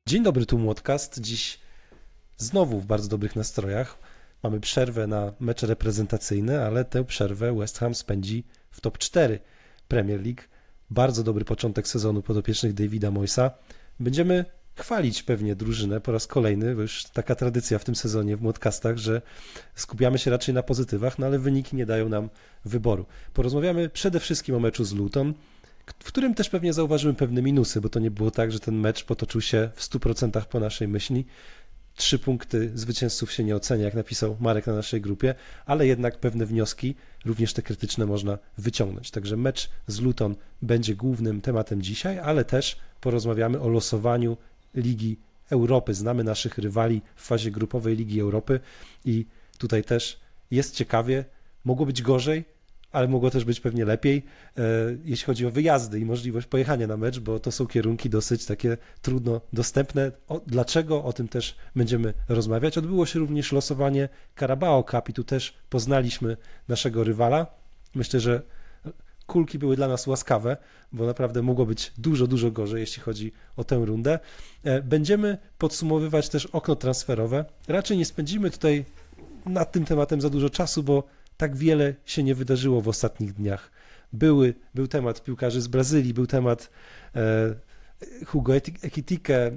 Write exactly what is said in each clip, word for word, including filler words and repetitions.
Dzień dobry, tu Młodcast. Dziś znowu w bardzo dobrych nastrojach. Mamy przerwę na mecze reprezentacyjne, ale tę przerwę West Ham spędzi w top cztery Premier League. Bardzo dobry początek sezonu podopiecznych Davida Moyesa. Będziemy chwalić pewnie drużynę po raz kolejny, bo już taka tradycja w tym sezonie w Młodcastach, że skupiamy się raczej na pozytywach, no ale wyniki nie dają nam wyboru. Porozmawiamy przede wszystkim o meczu z Luton, w którym też pewnie zauważyłem pewne minusy, bo to nie było tak, że ten mecz potoczył się w stu procentach po naszej myśli. Trzy punkty zwycięzców się nie ocenia, jak napisał Marek na naszej grupie, ale jednak pewne wnioski, również te krytyczne, można wyciągnąć. Także mecz z Luton będzie głównym tematem dzisiaj, ale też porozmawiamy o losowaniu Ligi Europy. Znamy naszych rywali w fazie grupowej Ligi Europy i tutaj też jest ciekawie, mogło być gorzej, ale mogło też być pewnie lepiej, jeśli chodzi o wyjazdy i możliwość pojechania na mecz, bo to są kierunki dosyć takie trudno dostępne. O, dlaczego? O tym też będziemy rozmawiać. Odbyło się również losowanie Carabao Cup i tu też poznaliśmy naszego rywala. Myślę, że kulki były dla nas łaskawe, bo naprawdę mogło być dużo, dużo gorzej, jeśli chodzi o tę rundę. Będziemy podsumowywać też okno transferowe. Raczej nie spędzimy tutaj nad tym tematem za dużo czasu, bo tak wiele się nie wydarzyło w ostatnich dniach. Były, był temat piłkarzy z Brazylii, był temat e, Hugo Ekitike, e,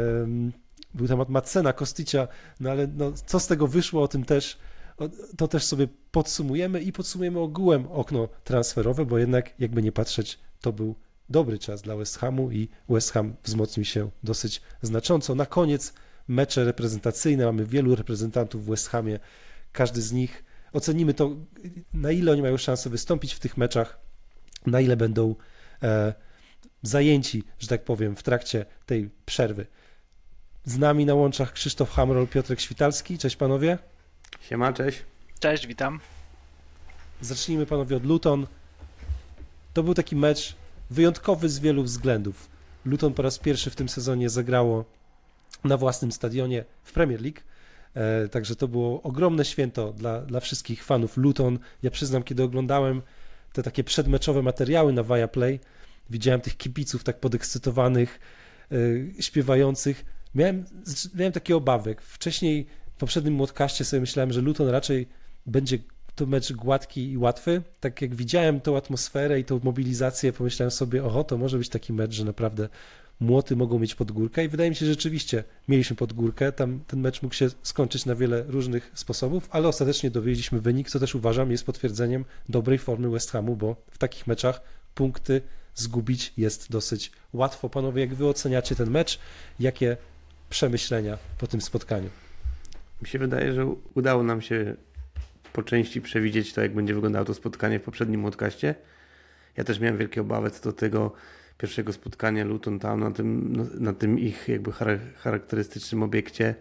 był temat Madsena, Kosticia, no ale no, co z tego wyszło, o tym też, o, to też sobie podsumujemy i podsumujemy ogółem okno transferowe, bo jednak jakby nie patrzeć, to był dobry czas dla West Hamu i West Ham wzmocnił się dosyć znacząco. Na koniec mecze reprezentacyjne, mamy wielu reprezentantów w West Hamie, każdy z nich ocenimy to, na ile oni mają szansę wystąpić w tych meczach, na ile będą e, zajęci, że tak powiem, w trakcie tej przerwy. Z nami na łączach Krzysztof Hamrol, Piotrek Świtalski. Cześć panowie. Siema, cześć. Cześć, witam. Zacznijmy panowie od Luton. To był taki mecz wyjątkowy z wielu względów. Luton po raz pierwszy w tym sezonie zagrało na własnym stadionie w Premier League. Także to było ogromne święto dla, dla wszystkich fanów Luton. Ja przyznam, kiedy oglądałem te takie przedmeczowe materiały na Viaplay, widziałem tych kibiców tak podekscytowanych, yy, śpiewających. Miałem, miałem takie obawy. Wcześniej w poprzednim Młodcaście sobie myślałem, że Luton raczej będzie to mecz gładki i łatwy. Tak jak widziałem tą atmosferę i tą mobilizację, pomyślałem sobie, oho, to może być taki mecz, że naprawdę młoty mogą mieć pod górkę i wydaje mi się, że rzeczywiście mieliśmy pod górkę, tam ten mecz mógł się skończyć na wiele różnych sposobów, ale ostatecznie dowieźliśmy wynik, co też uważam jest potwierdzeniem dobrej formy West Hamu, bo w takich meczach punkty zgubić jest dosyć łatwo. Panowie, jak wy oceniacie ten mecz? Jakie przemyślenia po tym spotkaniu? Mi się wydaje, że udało nam się po części przewidzieć to, jak będzie wyglądało to spotkanie w poprzednim podcaście. Ja też miałem wielkie obawy co do tego pierwszego spotkania Luton Town na tym, na tym ich jakby charakterystycznym obiekcie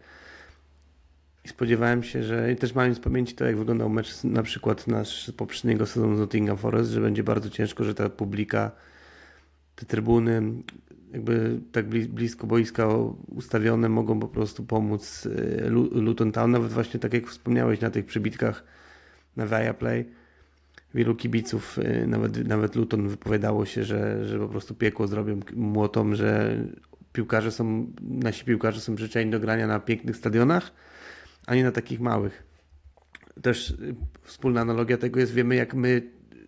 i spodziewałem się, że i też mając w pamięci to, jak wyglądał mecz na przykład nasz poprzedniego sezonu z Nottingham Forest, że będzie bardzo ciężko, że ta publika, te trybuny jakby tak blisko boiska ustawione mogą po prostu pomóc Luton Town, nawet właśnie tak jak wspomniałeś na tych przybitkach na Viaplay. Wielu kibiców, nawet, nawet Luton wypowiadało się, że, że po prostu piekło zrobią młotom, że piłkarze są, nasi piłkarze są przyzwyczajeni do grania na pięknych stadionach, a nie na takich małych. Też wspólna analogia tego jest, wiemy jak my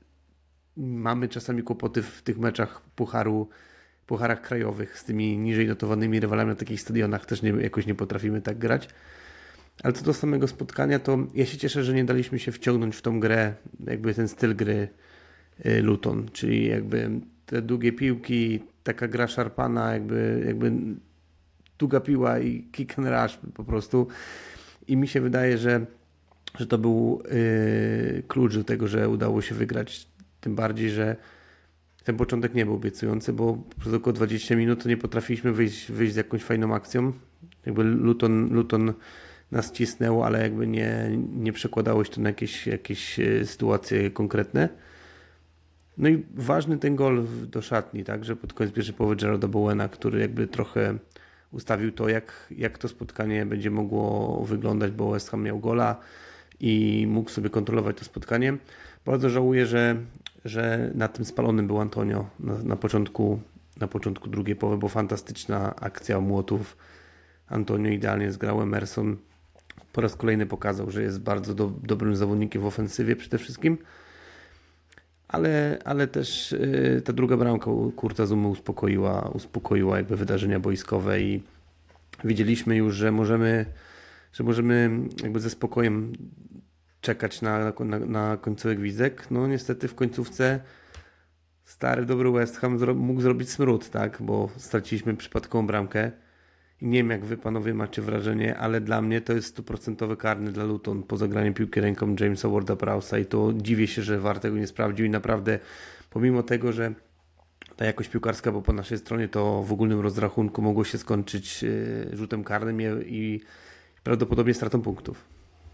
mamy czasami kłopoty w tych meczach pucharu, pucharach krajowych z tymi niżej notowanymi rywalami na takich stadionach, też nie, jakoś nie potrafimy tak grać. Ale co do samego spotkania, to ja się cieszę, że nie daliśmy się wciągnąć w tą grę, jakby ten styl gry Luton, czyli jakby te długie piłki, taka gra szarpana, jakby, jakby długa piła i kick and rush po prostu. I mi się wydaje, że, że to był yy, klucz do tego, że udało się wygrać. Tym bardziej, że ten początek nie był obiecujący, bo przez około dwadzieścia minut to nie potrafiliśmy wyjść, wyjść z jakąś fajną akcją. Jakby Luton, Luton nas cisnęło, ale jakby nie, nie przekładało się to na jakieś, jakieś sytuacje konkretne. No i ważny ten gol do szatni, tak, że pod koniec pierwszej połowy Jarroda Bowena, który jakby trochę ustawił to, jak, jak to spotkanie będzie mogło wyglądać, bo West Ham miał gola i mógł sobie kontrolować to spotkanie. Bardzo żałuję, że, że na tym spalonym był Antonio na, na początku na początku drugiej połowy, bo fantastyczna akcja młotów. Antonio idealnie zgrał, Emerson po raz kolejny pokazał, że jest bardzo do, dobrym zawodnikiem w ofensywie przede wszystkim, ale, ale też yy, ta druga bramka Kurta Zumy uspokoiła, uspokoiła jakby wydarzenia boiskowe i widzieliśmy już, że możemy, że możemy jakby ze spokojem czekać na, na, na końcowy gwizdek. No niestety w końcówce stary, dobry West Ham zro- mógł zrobić smród, tak? Bo straciliśmy przypadkową bramkę. I nie wiem, jak wy panowie macie wrażenie, ale dla mnie to jest stuprocentowy karny dla Luton po zagraniu piłki ręką Jamesa Warda-Prowse'a i to dziwię się, że V A R tego nie sprawdził i naprawdę pomimo tego, że ta jakość piłkarska była po naszej stronie, to w ogólnym rozrachunku mogło się skończyć rzutem karnym i, i prawdopodobnie stratą punktów.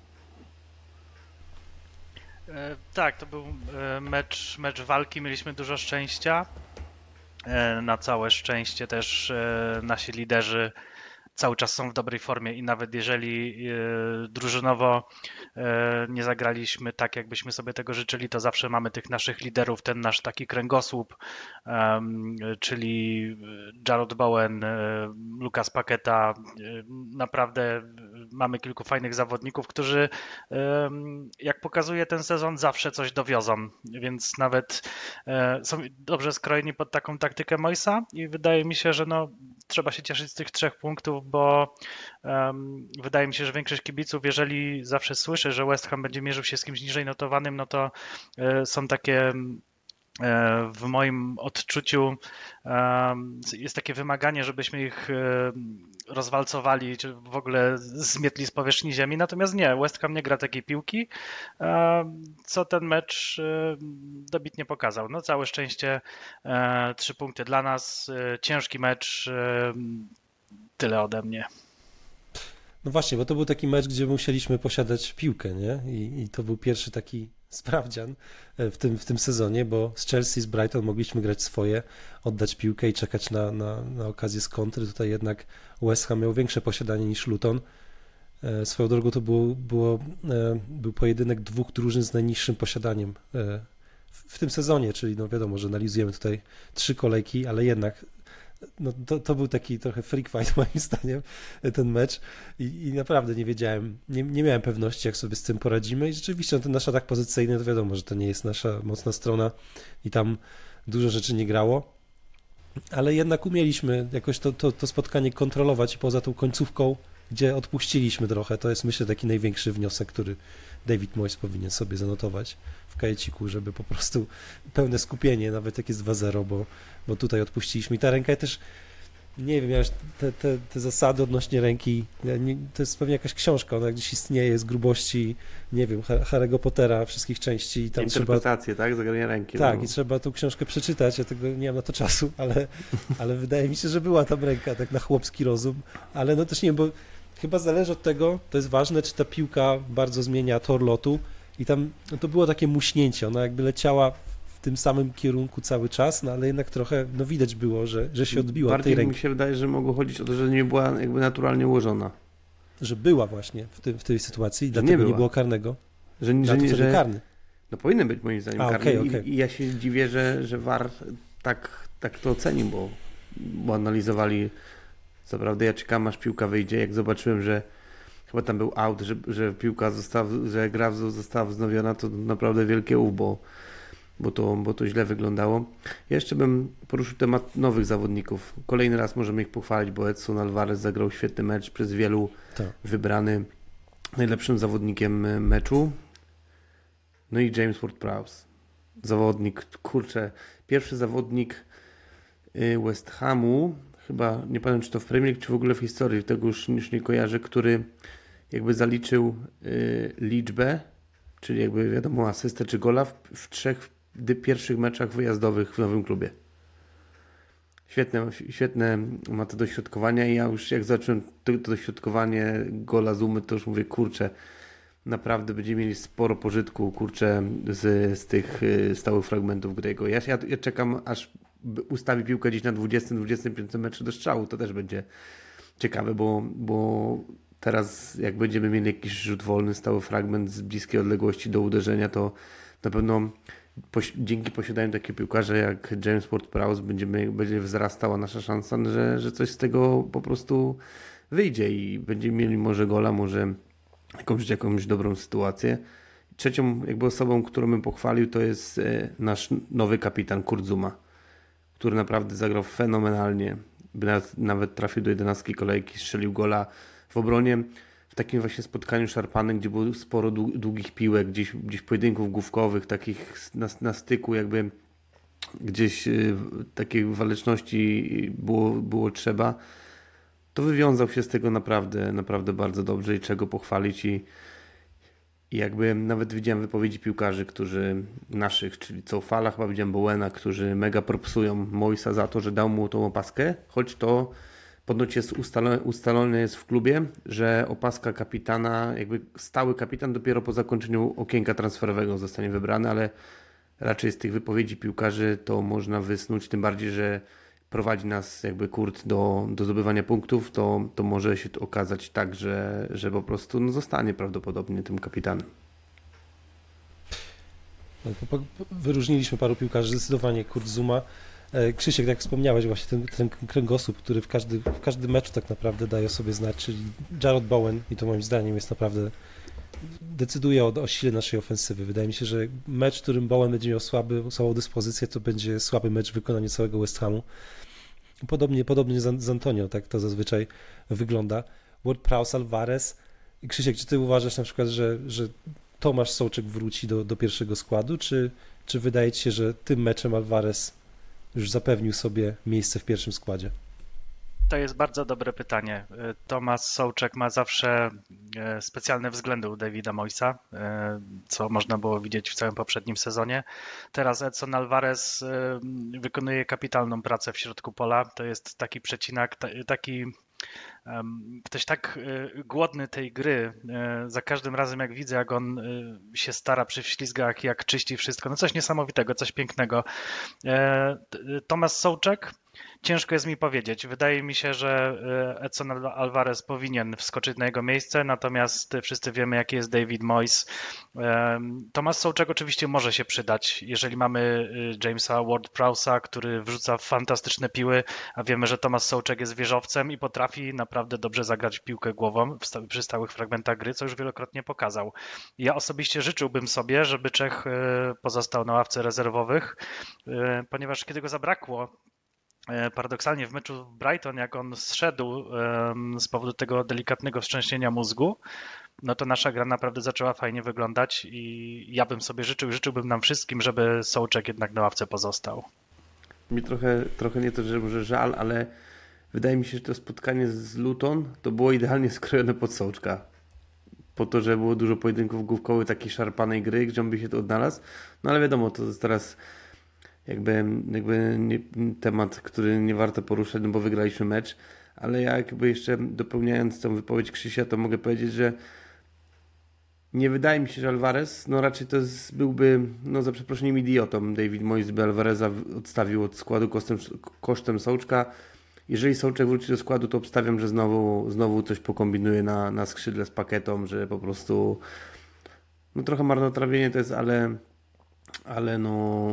Tak, to był mecz, mecz walki, mieliśmy dużo szczęścia. Na całe szczęście też nasi liderzy cały czas są w dobrej formie i nawet jeżeli drużynowo nie zagraliśmy tak, jakbyśmy sobie tego życzyli, to zawsze mamy tych naszych liderów, ten nasz taki kręgosłup, czyli Jarrod Bowen, Lucas Paqueta. Naprawdę mamy kilku fajnych zawodników, którzy, jak pokazuje ten sezon, zawsze coś dowiozą, więc nawet są dobrze skrojeni pod taką taktykę Moyesa i wydaje mi się, że no, trzeba się cieszyć z tych trzech punktów, bo um, wydaje mi się, że większość kibiców, jeżeli zawsze słyszy, że West Ham będzie mierzył się z kimś niżej notowanym, no to e, są takie e, w moim odczuciu e, jest takie wymaganie, żebyśmy ich e, rozwalcowali, czy w ogóle zmietli z powierzchni ziemi, natomiast nie, West Ham nie gra takiej piłki, e, co ten mecz e, dobitnie pokazał. No całe szczęście, e, trzy punkty dla nas, e, ciężki mecz, e, tyle ode mnie. No właśnie, bo to był taki mecz, gdzie musieliśmy posiadać piłkę, nie? I, i to był pierwszy taki sprawdzian w tym, w tym sezonie, bo z Chelsea, z Brighton mogliśmy grać swoje, oddać piłkę i czekać na, na, na okazję z kontry. Tutaj jednak West Ham miał większe posiadanie niż Luton. E, swoją drogą to było, było, e, był pojedynek dwóch drużyn z najniższym posiadaniem e, w, w tym sezonie, czyli no wiadomo, że analizujemy tutaj trzy kolejki, ale jednak no to, to był taki trochę freak fight moim zdaniem, ten mecz i, i naprawdę nie wiedziałem, nie, nie miałem pewności, jak sobie z tym poradzimy i rzeczywiście no, ten nasz atak pozycyjny, to wiadomo, że to nie jest nasza mocna strona i tam dużo rzeczy nie grało, ale jednak umieliśmy jakoś to, to, to spotkanie kontrolować poza tą końcówką, gdzie odpuściliśmy trochę, to jest myślę taki największy wniosek, który David Moyes powinien sobie zanotować w kajeciku, żeby po prostu pełne skupienie, nawet jak jest dwa zero, bo, bo tutaj odpuściliśmy. I ta ręka też, nie wiem, miałeś te, te, te zasady odnośnie ręki, nie, to jest pewnie jakaś książka, ona gdzieś istnieje z grubości, nie wiem, Harry'ego Pottera, wszystkich części. I tam interpretacje, trzeba, tak? Zagranie ręki. Tak, no. i trzeba tą książkę przeczytać, ja tego nie mam na to czasu, ale, ale wydaje mi się, że była tam ręka, tak na chłopski rozum, ale no też nie wiem, bo chyba zależy od tego, to jest ważne, czy ta piłka bardzo zmienia tor lotu i tam no to było takie muśnięcie, ona jakby leciała w tym samym kierunku cały czas, no ale jednak trochę, no widać było, że, że się odbiła od tej ręki. Bardziej mi się wydaje, że mogło chodzić o to, że nie była jakby naturalnie ułożona. Że była właśnie w, tym, w tej sytuacji i że dlatego nie, nie było karnego. Że, że, nie, że karny. No powinien być moim zdaniem A, karny okay, okay. I, i ja się dziwię, że, że V A R tak, tak to ocenił, bo, bo analizowali. Co prawda ja czekam, aż piłka wyjdzie, jak zobaczyłem, że chyba tam był out, że, że piłka została, że gra została wznowiona, to naprawdę wielkie u, bo, bo, to, bo to źle wyglądało. Ja jeszcze bym poruszył temat nowych zawodników. Kolejny raz możemy ich pochwalić, bo Edson Alvarez zagrał świetny mecz, przez wielu tak. wybrany najlepszym zawodnikiem meczu. No i James Ward-Prowse. Zawodnik, kurczę, pierwszy zawodnik West Hamu, chyba, nie pamiętam czy to w Premier League, czy w ogóle w historii, tego już, już nie kojarzę, który jakby zaliczył y, liczbę, czyli jakby wiadomo asystę czy gola w, w trzech pierwszych meczach wyjazdowych w nowym klubie. Świetne, świetne ma to dośrodkowania i ja już jak zacząłem to, to dośrodkowanie gola Zumy, to już mówię, kurczę, naprawdę będziemy mieli sporo pożytku, kurczę, z, z tych stałych fragmentów gry jego. Ja, ja, ja czekam, aż ustawi piłkę gdzieś na dwudziestym dwudziestym piątym metrze do strzału. To też będzie ciekawe, bo, bo teraz jak będziemy mieli jakiś rzut wolny, stały fragment z bliskiej odległości do uderzenia, to na pewno poś- dzięki posiadaniu takiego piłkarza jak James Ward-Prowse będziemy, będzie wzrastała nasza szansa, że, że coś z tego po prostu wyjdzie i będziemy mieli może gola, może jakąś, jakąś dobrą sytuację. Trzecią jakby osobą, którą bym pochwalił, to jest nasz nowy kapitan Kurt Zouma, który naprawdę zagrał fenomenalnie. Nawet, nawet trafił do jedenastki kolejki, strzelił gola w obronie. W takim właśnie spotkaniu szarpanym, gdzie było sporo długich piłek, gdzieś, gdzieś pojedynków główkowych, takich na, na styku jakby gdzieś takiej waleczności było, było trzeba, to wywiązał się z tego naprawdę, naprawdę bardzo dobrze i czego pochwalić i I jakby nawet widziałem wypowiedzi piłkarzy, którzy naszych, czyli Coufala, chyba widziałem Bowena, którzy mega propsują Moisa za to, że dał mu tą opaskę, choć to ponoć jest ustalone, ustalone jest w klubie, że opaska kapitana, jakby stały kapitan dopiero po zakończeniu okienka transferowego zostanie wybrany, ale raczej z tych wypowiedzi piłkarzy to można wysnuć, tym bardziej, że prowadzi nas jakby Kurt do, do zdobywania punktów, to, to może się okazać tak, że, że po prostu no, zostanie prawdopodobnie tym kapitanem. Wyróżniliśmy paru piłkarzy, zdecydowanie Kurt Zouma. Krzysiek, jak wspomniałeś, właśnie ten, ten kręgosłup, który w każdy, w każdym meczu tak naprawdę daje o sobie znać, czyli Jarrod Bowen i to moim zdaniem jest naprawdę, decyduje o, o sile naszej ofensywy. Wydaje mi się, że mecz, w którym Bowen będzie miał słaby, słabą dyspozycję, to będzie słaby mecz w wykonaniu całego West Hamu. Podobnie, podobnie z, z Antonio, tak to zazwyczaj wygląda. Ward-Prowse, Alvarez. I Krzysiek, czy ty uważasz na przykład, że, że Tomasz Souček wróci do, do pierwszego składu, czy, czy wydaje ci się, że tym meczem Alvarez już zapewnił sobie miejsce w pierwszym składzie? To jest bardzo dobre pytanie. Tomasz Souček ma zawsze specjalne względy u Davida Moisa, co można było widzieć w całym poprzednim sezonie. Teraz Edson Alvarez wykonuje kapitalną pracę w środku pola. To jest taki przecinak, taki ktoś tak głodny tej gry. Za każdym razem jak widzę, jak on się stara przy wślizgach, jak czyści wszystko. No coś niesamowitego, coś pięknego. Tomasz Souček, ciężko jest mi powiedzieć. Wydaje mi się, że Edson Alvarez powinien wskoczyć na jego miejsce, natomiast wszyscy wiemy, jaki jest David Moyes. Tomasz Souček oczywiście może się przydać, jeżeli mamy Jamesa Ward-Prowse'a, który wrzuca fantastyczne piły, a wiemy, że Tomasz Souček jest wieżowcem i potrafi naprawdę dobrze zagrać w piłkę głową przy stałych fragmentach gry, co już wielokrotnie pokazał. Ja osobiście życzyłbym sobie, żeby Czech pozostał na ławce rezerwowych, ponieważ kiedy go zabrakło, paradoksalnie w meczu w Brighton, jak on zszedł z powodu tego delikatnego wstrząśnienia mózgu, no to nasza gra naprawdę zaczęła fajnie wyglądać i ja bym sobie życzył, życzyłbym nam wszystkim, żeby Souček jednak na ławce pozostał. Mi trochę, trochę nie to, że może żal, ale wydaje mi się, że to spotkanie z Luton to było idealnie skrojone pod Součka. Po to, że było dużo pojedynków główkowych, takiej szarpanej gry, gdzie on by się to odnalazł. No ale wiadomo, to jest teraz jakby, jakby nie, temat, który nie warto poruszać, no bo wygraliśmy mecz, ale ja jakby jeszcze dopełniając tą wypowiedź Krzysia, to mogę powiedzieć, że nie wydaje mi się, że Alvarez, no raczej to jest, byłby, no za przeproszeniem idiotą. David Moyes by Alvareza odstawił od składu kosztem, kosztem Součka. Jeżeli Souček wróci do składu, to obstawiam, że znowu, znowu coś pokombinuje na, na skrzydle z Paquetą, że po prostu no trochę marnotrawienie to jest, ale ale no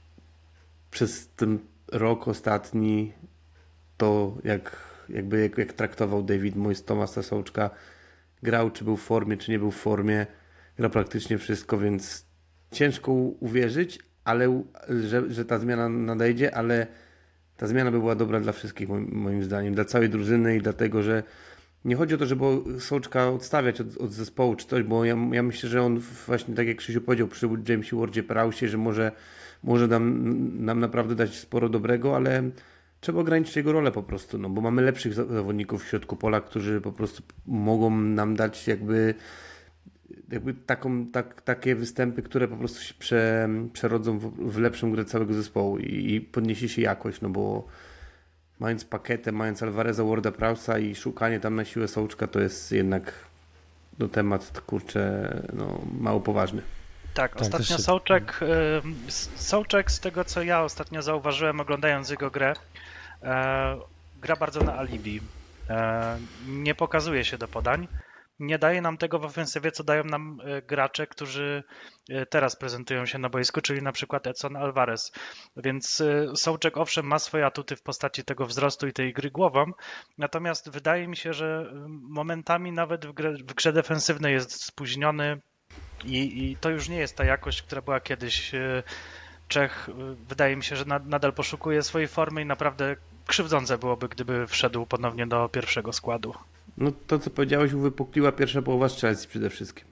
przez ten rok ostatni to jak, jakby jak, jak traktował David Moyes Tomasza Součka, grał, czy był w formie, czy nie był w formie, gra praktycznie wszystko, więc ciężko uwierzyć, ale że, że ta zmiana nadejdzie, ale ta zmiana by była dobra dla wszystkich, moim, moim zdaniem, dla całej drużyny i dlatego, że nie chodzi o to, żeby Součka odstawiać od, od zespołu czy coś, bo ja, ja myślę, że on właśnie tak jak Krzysiu powiedział przy Jamesie Wardzie-Prowsie, że może, może nam, nam naprawdę dać sporo dobrego, ale trzeba ograniczyć jego rolę po prostu, no bo mamy lepszych zawodników w środku pola, którzy po prostu mogą nam dać jakby, jakby taką, tak, takie występy, które po prostu się prze, przerodzą w, w lepszą grę całego zespołu i, i podniesie się jakość, no bo mając Paquetę, mając Alvareza, Warda-Prowsa i szukanie tam na siłę Součka, to jest jednak no, temat, kurczę, no, mało poważny. Tak, tak ostatnio się... Souček, Souček z tego, co ja ostatnio zauważyłem, oglądając jego grę, gra bardzo na alibi. Nie pokazuje się do podań. nie daje nam tego w ofensywie, co dają nam gracze, którzy teraz prezentują się na boisku, czyli na przykład Edson Alvarez. Więc Souček owszem ma swoje atuty w postaci tego wzrostu i tej gry głową, natomiast wydaje mi się, że momentami nawet w grze, w grze defensywnej jest spóźniony i, i to już nie jest ta jakość, która była kiedyś. Czech wydaje mi się, że nadal poszukuje swojej formy i naprawdę krzywdzące byłoby, gdyby wszedł ponownie do pierwszego składu. No to, co powiedziałeś, uwypukliła pierwsza połowa z Chelsea przede wszystkim.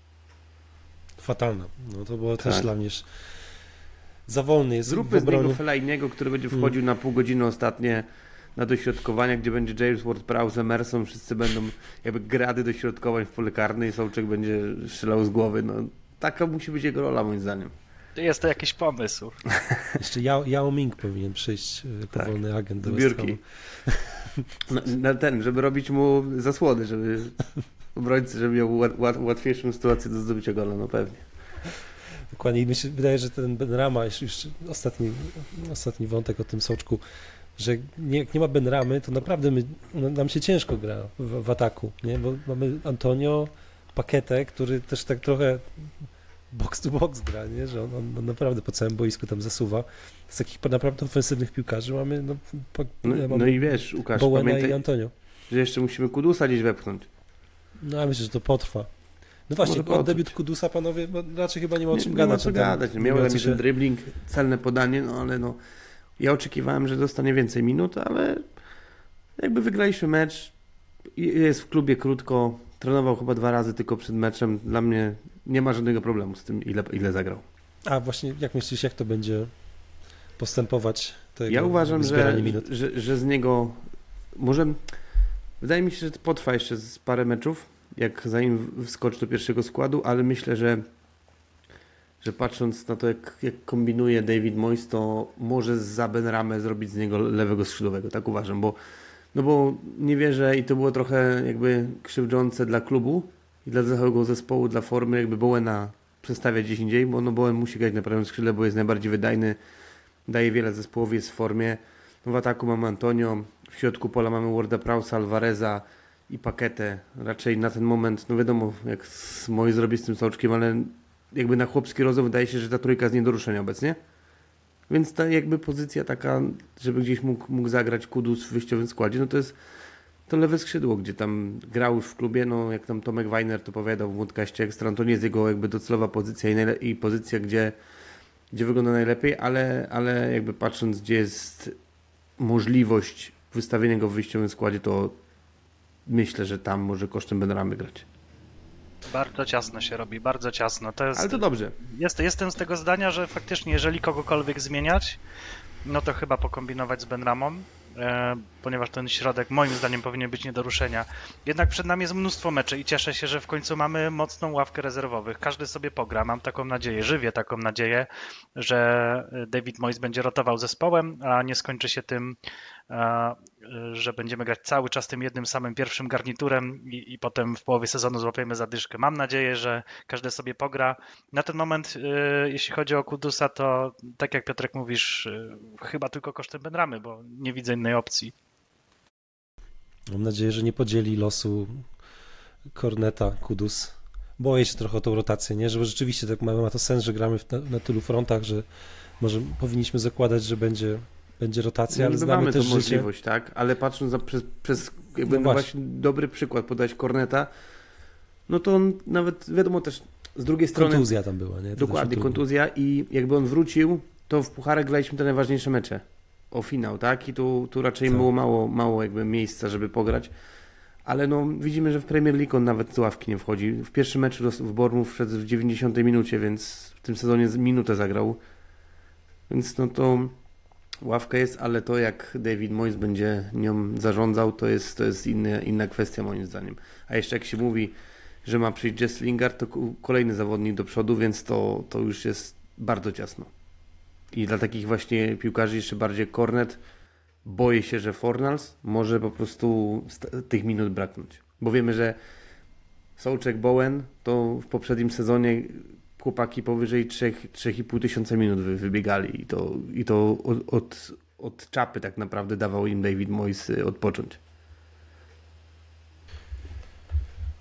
Fatalna. No to było tak. też dla mnie za wolny jest Zróbmy z niego Fellainiego, który będzie wchodził hmm. na pół godziny ostatnie na dośrodkowania, gdzie będzie James Ward-Prowse, Emerson, wszyscy będą jakby grady dośrodkowań w pole karne i Souček będzie strzelał z głowy. No, taka musi być jego rola, moim zdaniem. Jest to jakiś pomysł. Jeszcze Yao, Yao Ming powinien przyjść jako tak. wolny agent do zbiórki. Na, na ten, żeby robić mu zasłony, żeby obrońcy, żeby miał łat, łatwiejszą sytuację do zdobycia gola, no pewnie. Dokładnie i mi się wydaje, że ten Benrahma, już, już ostatni, ostatni wątek o tym Součku, że nie, jak nie ma Benrahmy, to naprawdę my, nam się ciężko gra w, w ataku, nie? Bo mamy Antonio, Paquetę, który też tak trochę box to box gra, nie? Że on, on naprawdę po całym boisku tam zasuwa. Z takich naprawdę ofensywnych piłkarzy mamy no, po, no, mamy no i wiesz, Łukasz, Bowena pamiętaj, i Antonio. Że jeszcze musimy Kudusa gdzieś wepchnąć. No ja myślę, że to potrwa. No właśnie, o debiut Kudusa, panowie, bo raczej chyba nie ma o czym nie, gadać. Nie ma co gadać. Nie miał tam się... dribbling, celne podanie, no ale no ja oczekiwałem, że dostanie więcej minut, ale jakby wygraliśmy mecz, jest w klubie krótko, trenował chyba dwa razy tylko przed meczem. Dla mnie nie ma żadnego problemu z tym, ile, ile zagrał. A właśnie, jak myślisz, jak to będzie postępować? Tego ja uważam, że, że, że z niego może, wydaje mi się, że to potrwa jeszcze z parę meczów, jak zanim wskoczy do pierwszego składu, ale myślę, że że patrząc na to, jak, jak kombinuje David Moyes, to może za Benrahmę zrobić z niego lewego skrzydłowego, tak uważam, bo no bo nie wierzę i to było trochę jakby krzywdzące dla klubu i dla całego zespołu, dla formy, jakby Bowena przestawiać gdzieś indziej, bo no Bowen musi grać na prawym skrzydle, bo jest najbardziej wydajny, daje wiele zespołowi, jest w formie. No w ataku mamy Antonio, w środku pola mamy Warda-Prowse'a, Alvareza i Paquetę. Raczej na ten moment, no wiadomo, jak Moyes zrobi z tym Součkiem, ale jakby na chłopski rozum wydaje się, że ta trójka jest nie do ruszenia obecnie. Więc ta jakby pozycja taka, żeby gdzieś mógł, mógł zagrać Kudus w wyjściowym składzie, no to jest to lewe skrzydło, gdzie tam grał już w klubie, no jak tam Tomek Weiner to powiadał w Młodkaście Ekstra, to nie jest jego jakby docelowa pozycja i, najle- i pozycja, gdzie, gdzie wygląda najlepiej, ale, ale jakby patrząc, gdzie jest możliwość wystawienia go w wyjściowym składzie, to myślę, że tam może kosztem Benrahmy grać. Bardzo ciasno się robi, bardzo ciasno. To jest, ale to dobrze. Jest, jestem z tego zdania, że faktycznie jeżeli kogokolwiek zmieniać, no to chyba pokombinować z Benrahmą, e, ponieważ ten środek moim zdaniem powinien być nie do ruszenia. Jednak przed nami jest mnóstwo meczy i cieszę się, że w końcu mamy mocną ławkę rezerwowych. Każdy sobie pogra, mam taką nadzieję, żywię taką nadzieję, że David Moyes będzie rotował zespołem, a nie skończy się tym, e, że będziemy grać cały czas tym jednym samym pierwszym garniturem i, i potem w połowie sezonu złapiemy zadyszkę. Mam nadzieję, że każdy sobie pogra. Na ten moment, e, jeśli chodzi o Kudusa, to tak jak Piotrek mówisz, e, chyba tylko kosztem Benrahmy, bo nie widzę innej opcji. Mam nadzieję, że nie podzieli losu Korneta, Kudus. Boję się trochę o tą rotację, nie? Żeby rzeczywiście tak ma, ma to sens, że gramy w, na, na tylu frontach, że może powinniśmy zakładać, że będzie, będzie rotacja, no, ale znamy mamy też to możliwość, życie. tak? Ale patrząc za, przez, przez jakby no no właśnie dobry przykład podać Korneta, no to on nawet, wiadomo też, z drugiej strony... Kontuzja tam była, nie? To dokładnie, kontuzja i jakby on wrócił, to w pucharach graliśmy te najważniejsze mecze. O finał, tak? I tu, tu raczej tak. było mało, mało jakby miejsca, żeby pograć. Ale no widzimy, że w Premier League on nawet z ławki nie wchodzi. W pierwszym meczu w Bournemouth wszedł w dziewięćdziesiątej minucie, więc w tym sezonie minutę zagrał. Więc no to ławka jest, ale to jak David Moyes będzie nią zarządzał, to jest, to jest inny, inna kwestia moim zdaniem. A jeszcze jak się mówi, że ma przyjść Jesse Lingard, to kolejny zawodnik do przodu, więc to, to już jest bardzo ciasno. I dla takich właśnie piłkarzy jeszcze bardziej Kornet, boję się, że Fornals może po prostu tych minut braknąć. Bo wiemy, że Souček, Bowen to w poprzednim sezonie chłopaki powyżej trzy i pół tysiąca minut wybiegali i to, i to od, od, od czapy tak naprawdę dawał im David Moyes odpocząć.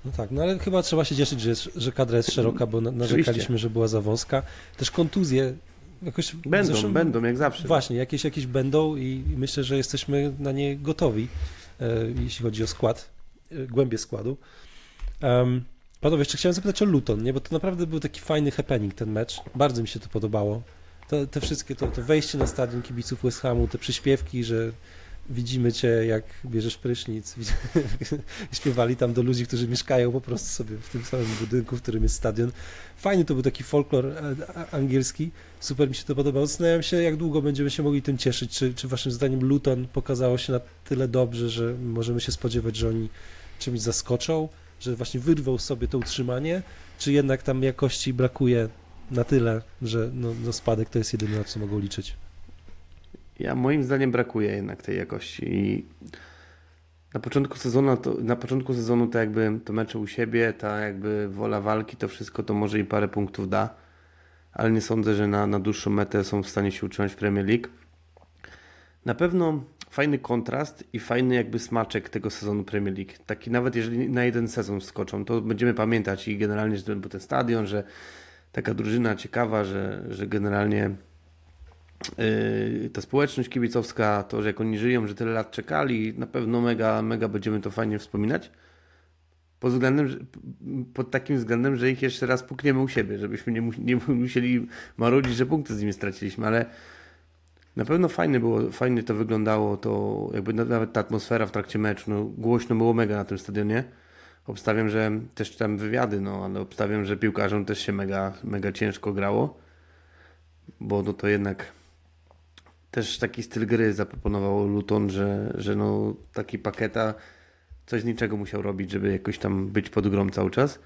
No tak, no ale chyba trzeba się cieszyć, że, jest, że kadra jest szeroka, bo narzekaliśmy, Oczywiście. że była za wąska. Też kontuzje jakoś... Będą, zeszłym, będą, jak zawsze. Właśnie, jakieś, jakieś będą i myślę, że jesteśmy na nie gotowi, e, jeśli chodzi o skład, e, głębię składu. Um, Panowie, jeszcze chciałem zapytać o Luton, nie? Bo to naprawdę był taki fajny happening ten mecz. Bardzo mi się to podobało. To, te wszystkie, to, to wejście na stadion kibiców West Hamu, te przyśpiewki, że widzimy cię, jak bierzesz prysznic. Śpiewali tam do ludzi, którzy mieszkają po prostu sobie w tym samym budynku, w którym jest stadion. Fajny to był taki folklor angielski. Super mi się to podobało. Zastanawiam się, jak długo będziemy się mogli tym cieszyć. Czy, czy waszym zdaniem Luton pokazało się na tyle dobrze, że możemy się spodziewać, że oni czymś zaskoczą, że właśnie wyrwał sobie to utrzymanie, czy jednak tam jakości brakuje na tyle, że no, no spadek to jest jedyne, na co mogą liczyć? Ja moim zdaniem brakuje jednak tej jakości i na początku sezonu to, na początku sezonu to jakby to mecze u siebie, ta jakby wola walki, to wszystko to może i parę punktów da, ale nie sądzę, że na, na dłuższą metę są w stanie się utrzymać w Premier League. Na pewno fajny kontrast i fajny jakby smaczek tego sezonu Premier League. Taki nawet jeżeli na jeden sezon skoczą, to będziemy pamiętać i generalnie, że to był ten stadion, że taka drużyna ciekawa, że, że generalnie yy, ta społeczność kibicowska, to, że jak oni żyją, że tyle lat czekali, na pewno mega, mega będziemy to fajnie wspominać. Pod względem, że, pod takim względem, że ich jeszcze raz pukniemy u siebie, żebyśmy nie, mu, nie musieli marudzić, że punkty z nimi straciliśmy, ale na pewno fajnie było, fajnie to wyglądało, to jakby nawet ta atmosfera w trakcie meczu, no głośno było mega na tym stadionie. Obstawiam, że też tam wywiady, no ale obstawiam, że piłkarzom też się mega, mega ciężko grało, bo no to jednak też taki styl gry zaproponował Luton, że, że no taki Paqueta coś z niczego musiał robić, żeby jakoś tam być pod grą cały czas.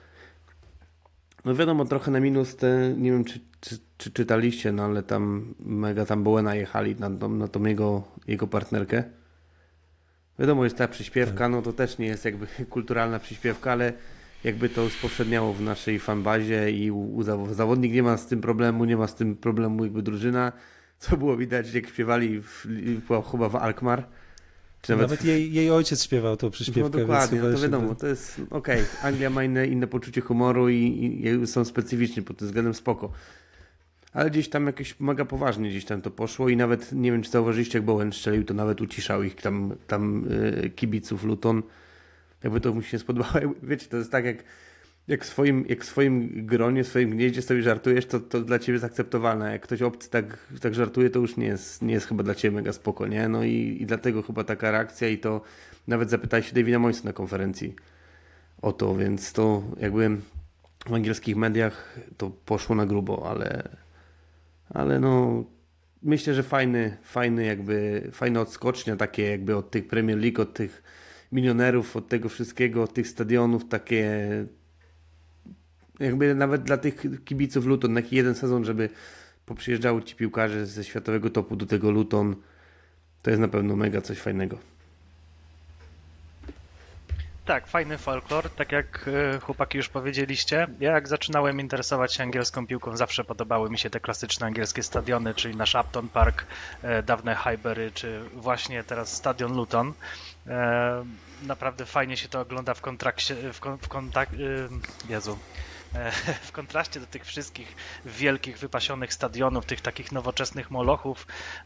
No wiadomo, trochę na minus te, nie wiem czy, czy, czy czytaliście, no ale tam mega tam Bowena jechali na, na tą jego, jego partnerkę. Wiadomo, jest ta przyśpiewka, no to też nie jest jakby kulturalna przyśpiewka, ale jakby to spowszedniało w naszej fanbazie i u, u zawodnik nie ma z tym problemu, nie ma z tym problemu jakby drużyna, co było widać, jak śpiewali w, w, chyba w Alkmaar. Czy nawet nawet w... jej, jej ojciec śpiewał tą przyśpiewkę. No dokładnie, więc no to wiadomo, to jest okej. Okay. Anglia ma inne, inne poczucie humoru i, i są specyficzni pod tym względem, spoko. Ale gdzieś tam jakoś mega poważnie gdzieś tam to poszło i nawet, nie wiem czy zauważyliście, jak Bowen strzelił, to nawet uciszał ich tam, tam yy, kibiców Luton. Jakby to mu się spodobało. Wiecie, to jest tak jak, jak, w swoim, jak w swoim gronie, w swoim gnieździe sobie żartujesz, to, to dla ciebie jest akceptowalne. Jak ktoś obcy tak, tak żartuje, to już nie jest, nie jest chyba dla ciebie mega spoko, nie? No i, i dlatego chyba taka reakcja i to nawet zapytałeś się Davida Moyesa na konferencji o to, więc to jakby w angielskich mediach to poszło na grubo, ale ale no myślę, że fajny, fajny jakby, fajna odskocznia takie jakby od tych Premier League, od tych milionerów, od tego wszystkiego, od tych stadionów, takie jakby nawet dla tych kibiców Luton, taki jeden sezon, żeby poprzyjeżdżały ci piłkarze ze światowego topu do tego Luton, to jest na pewno mega coś fajnego. Tak, fajny folklor, tak jak chłopaki już powiedzieliście. Ja jak zaczynałem interesować się angielską piłką, zawsze podobały mi się te klasyczne angielskie stadiony, czyli nasz Upton Park, dawne Highbury, czy właśnie teraz stadion Luton. Naprawdę fajnie się to ogląda w kontrakcie, w, kon, w kontak... Jezu. W kontraście do tych wszystkich wielkich, wypasionych stadionów, tych takich nowoczesnych molochów.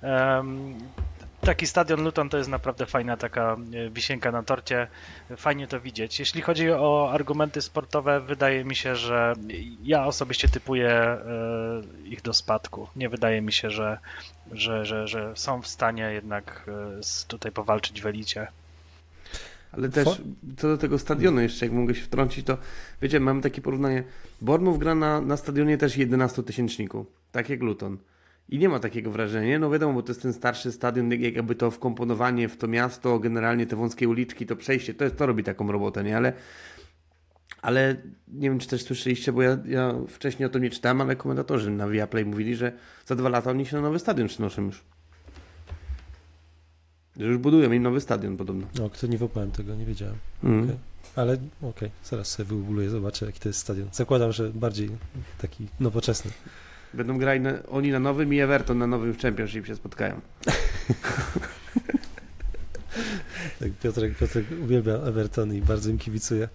Taki stadion Luton to jest naprawdę fajna taka wisienka na torcie. Fajnie to widzieć. Jeśli chodzi o argumenty sportowe, wydaje mi się, że ja osobiście typuję ich do spadku. Nie wydaje mi się, że, że, że, że są w stanie jednak tutaj powalczyć w elicie. Ale też co do tego stadionu jeszcze, jak mogę się wtrącić, to wiecie, mamy takie porównanie. Bournemouth gra na, na stadionie też jedenastotysięczniku, tak jak Luton. I nie ma takiego wrażenia, no wiadomo, bo to jest ten starszy stadion, jakby to wkomponowanie w to miasto, generalnie te wąskie uliczki, to przejście, to, jest, to robi taką robotę, nie? Ale, ale nie wiem, czy też słyszeliście, bo ja, ja wcześniej o tym nie czytałem, ale komentatorzy na Viaplay mówili, że za dwa lata oni się na nowy stadion przynoszą już. Że już budują im nowy stadion podobno. No, kto nie wopałem tego, nie wiedziałem. Mm. Okay. Ale okej, okay. Zaraz sobie wygoogluję, zobaczę jaki to jest stadion. Zakładam, że bardziej taki nowoczesny. Będą grali na, oni na nowym i Everton na nowym w Championship się spotkają. Tak, Piotrek, Piotrek uwielbia Everton i bardzo im kibicuje.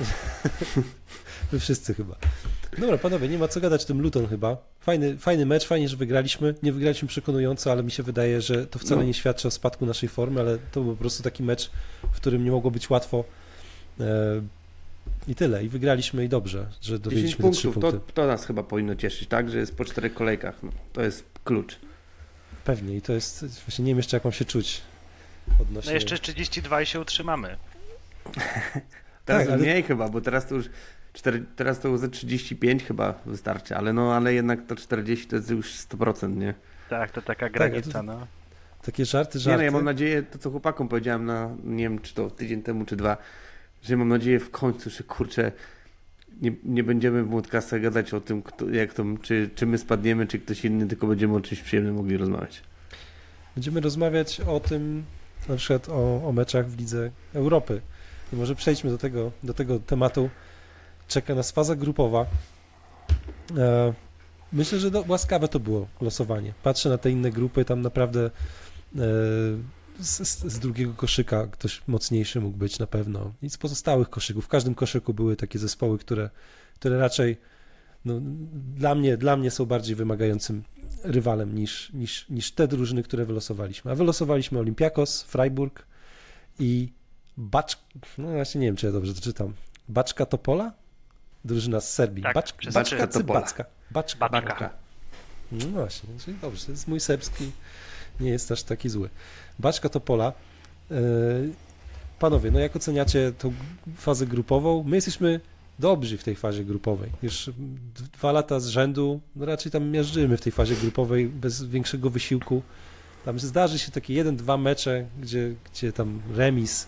My wszyscy chyba. Dobra, panowie, nie ma co gadać o tym Luton chyba. Fajny, fajny mecz, fajnie, że wygraliśmy. Nie wygraliśmy przekonująco, ale mi się wydaje, że to wcale no. nie świadczy o spadku naszej formy, ale to był po prostu taki mecz, w którym nie mogło być łatwo. E, I tyle. I wygraliśmy i dobrze, że dowiedzieliśmy te trzy punkty. To, to nas chyba powinno cieszyć, tak? Że jest po czterech kolejkach. No, to jest klucz. Pewnie i to jest, właśnie nie wiem jeszcze jak mam się czuć odnośnie... No jeszcze trzydzieści dwa i się utrzymamy. Teraz tak, ale... mniej chyba, bo teraz to już cztery, teraz to ze trzydzieści pięć chyba wystarczy, ale no ale jednak to czterdzieści to jest już sto procent, nie? Tak, to taka granica, tak, to... no. Takie żarty, żarty. Nie no, ja mam nadzieję, to co chłopakom powiedziałem na, nie wiem czy to tydzień temu czy dwa, że mam nadzieję w końcu, że kurczę nie, nie będziemy w Młodkastach gadać o tym, kto, jak to, czy, czy my spadniemy, czy ktoś inny, tylko będziemy o czymś przyjemnym mogli rozmawiać. Będziemy rozmawiać o tym, na przykład o, o meczach w Lidze Europy. I może przejdźmy do tego, do tego tematu. Czeka nas faza grupowa. E, myślę, że do, łaskawe to było losowanie. Patrzę na te inne grupy, tam naprawdę e, z, z drugiego koszyka ktoś mocniejszy mógł być na pewno. I z pozostałych koszyków. W każdym koszyku były takie zespoły, które, które raczej no, dla mnie, dla mnie są bardziej wymagającym rywalem niż, niż, niż te drużyny, które wylosowaliśmy. A wylosowaliśmy Olympiakos, Freiburg i Bacz... No właśnie nie wiem, czy ja dobrze to czytam. Baczka Topola? Drużyna z Serbii. Tak, Bacz... przez Baczka trzy. czy Backa? Baczka. Baczka. No właśnie, czyli dobrze. To jest mój serbski, nie jest aż taki zły. Baczka Topola. Yy... Panowie, no jak oceniacie tą fazę grupową? My jesteśmy dobrzy w tej fazie grupowej. Już dwa lata z rzędu, no raczej tam miażdżymy w tej fazie grupowej bez większego wysiłku. Tam zdarzy się takie jeden, dwa mecze, gdzie, gdzie tam remis,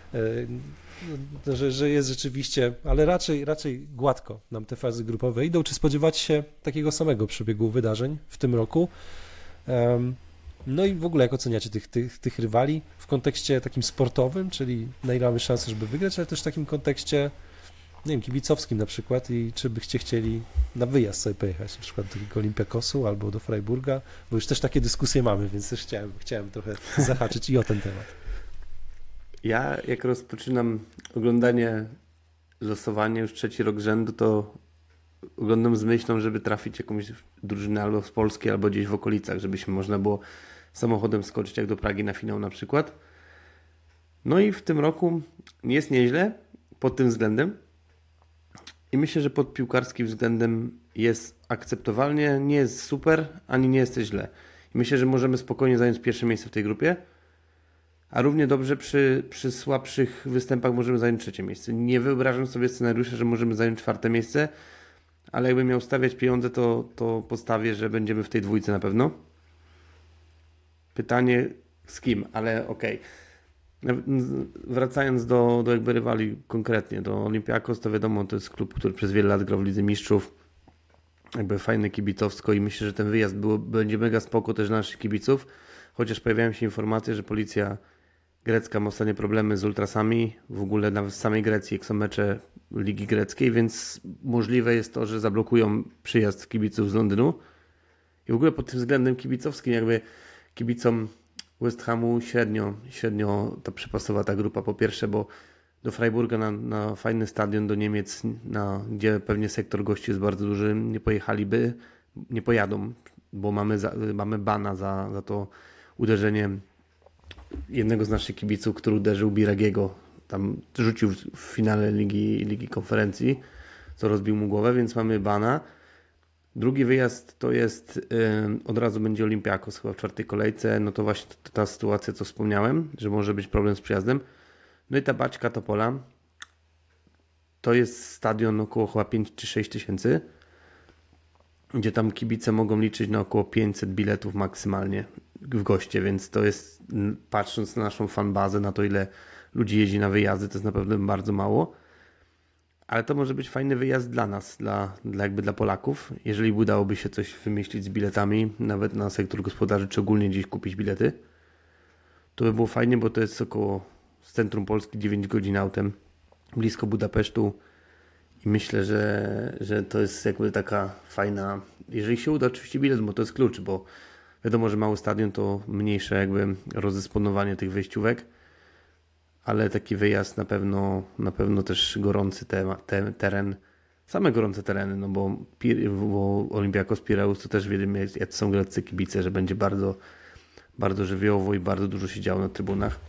yy, że, że jest rzeczywiście, ale raczej, raczej gładko nam te fazy grupowe idą. Czy spodziewać się takiego samego przebiegu wydarzeń w tym roku? Um, no i w ogóle jak oceniacie tych, tych, tych rywali w kontekście takim sportowym, czyli na ile mamy szansę, żeby wygrać, ale też w takim kontekście nie wiem, kibicowskim na przykład i czy byście chcieli na wyjazd sobie pojechać, na przykład do Olympiakosu albo do Freiburga, bo już też takie dyskusje mamy, więc też chciałem, chciałem trochę zahaczyć i o ten temat. Ja jak rozpoczynam oglądanie losowania już trzeci rok rzędu, to oglądam z myślą, żeby trafić jakąś drużynę albo z Polski, albo gdzieś w okolicach, żebyśmy można było samochodem skoczyć jak do Pragi na finał na przykład. No i w tym roku jest nieźle pod tym względem. I myślę, że pod piłkarskim względem jest akceptowalnie, nie jest super, ani nie jest źle. I myślę, że możemy spokojnie zająć pierwsze miejsce w tej grupie, a równie dobrze przy, przy słabszych występach możemy zająć trzecie miejsce. Nie wyobrażam sobie scenariusza, że możemy zająć czwarte miejsce, ale jakbym miał stawiać pieniądze, to, to postawię, że będziemy w tej dwójce na pewno. Pytanie z kim, ale okej. Okay. Wracając do, do jakby rywali konkretnie, do Olympiakos, to wiadomo, to jest klub, który przez wiele lat grał w Lidze Mistrzów, jakby fajne kibicowsko i myślę, że ten wyjazd było, będzie mega spoko też dla naszych kibiców, chociaż pojawiają się informacje, że policja grecka ma ostatnie problemy z ultrasami, w ogóle nawet w samej Grecji, jak są mecze Ligi Greckiej, więc możliwe jest to, że zablokują przyjazd kibiców z Londynu i w ogóle pod tym względem kibicowskim jakby kibicom West Hamu średnio, średnio ta przypasowa ta grupa po pierwsze, bo do Freiburga na, na fajny stadion, do Niemiec, na, gdzie pewnie sektor gości jest bardzo duży, nie pojechaliby, nie pojadą, bo mamy, za, mamy bana za, za to uderzenie jednego z naszych kibiców, który uderzył Biragiego, tam rzucił w finale Ligi, Ligi Konferencji, co rozbił mu głowę, więc mamy bana. Drugi wyjazd to jest, yy, od razu będzie Olympiakos chyba w czwartej kolejce, no to właśnie to, ta sytuacja, co wspomniałem, że może być problem z przyjazdem. No i ta Baczka Topola, to jest stadion około chyba pięć czy sześć tysięcy, gdzie tam kibice mogą liczyć na około pięćset biletów maksymalnie w goście, więc to jest, patrząc na naszą fanbazę, na to ile ludzi jeździ na wyjazdy, to jest naprawdę bardzo mało. Ale to może być fajny wyjazd dla nas, dla, dla jakby dla Polaków. Jeżeli udałoby się coś wymyślić z biletami, nawet na sektor gospodarzy, czy ogólnie gdzieś kupić bilety, to by było fajnie, bo to jest około z centrum Polski dziewięć godzin autem, blisko Budapesztu i myślę, że, że to jest jakby taka fajna, jeżeli się uda oczywiście bilet, bo to jest klucz, bo wiadomo, że mały stadion to mniejsze jakby rozdysponowanie tych wejściówek, ale taki wyjazd na pewno, na pewno też gorący te, te, teren, same gorące tereny, no bo, bo Olympiakos Pireus to też wiemy, jak są greccy kibice, że będzie bardzo, bardzo żywiołowo i bardzo dużo się działo na trybunach.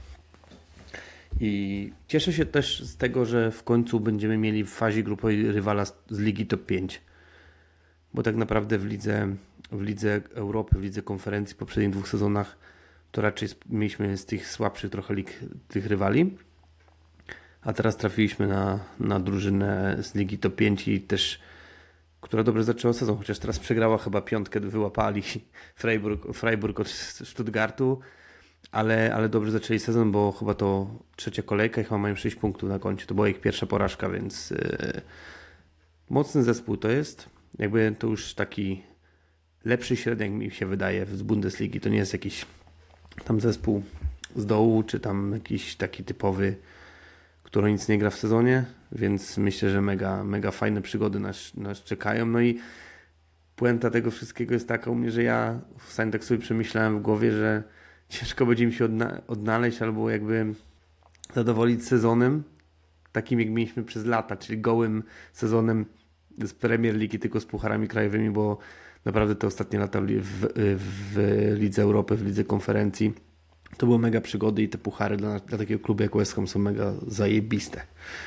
I cieszę się też z tego, że w końcu będziemy mieli w fazie grupowej rywala z, z Ligi Top pięć, bo tak naprawdę w lidze, w lidze Europy, w lidze konferencji w poprzednich dwóch sezonach to raczej mieliśmy z tych słabszych trochę lig tych rywali, a teraz trafiliśmy na, na drużynę z Ligi Top pięć i też, która dobrze zaczęła sezon, chociaż teraz przegrała chyba piątkę, wyłapali Freiburg, Freiburg od Stuttgartu, ale, ale dobrze zaczęli sezon, bo chyba to trzecia kolejka i chyba mają sześć punktów na koncie, to była ich pierwsza porażka, więc yy, mocny zespół to jest, jakby to już taki lepszy średniak mi się wydaje z Bundesligi, to nie jest jakiś tam zespół z dołu, czy tam jakiś taki typowy, który nic nie gra w sezonie, więc myślę, że mega, mega fajne przygody nas, nas czekają. No i puenta tego wszystkiego jest taka u mnie, że ja sam tak sobie przemyślałem w głowie, że ciężko będzie mi się odna- odnaleźć albo jakby zadowolić sezonem takim, jak mieliśmy przez lata, czyli gołym sezonem z Premier League, tylko z pucharami krajowymi, bo naprawdę te ostatnie lata w, w, w Lidze Europy, w Lidze Konferencji to były mega przygody i te puchary dla, dla takiego klubu jak West Ham są mega zajebiste.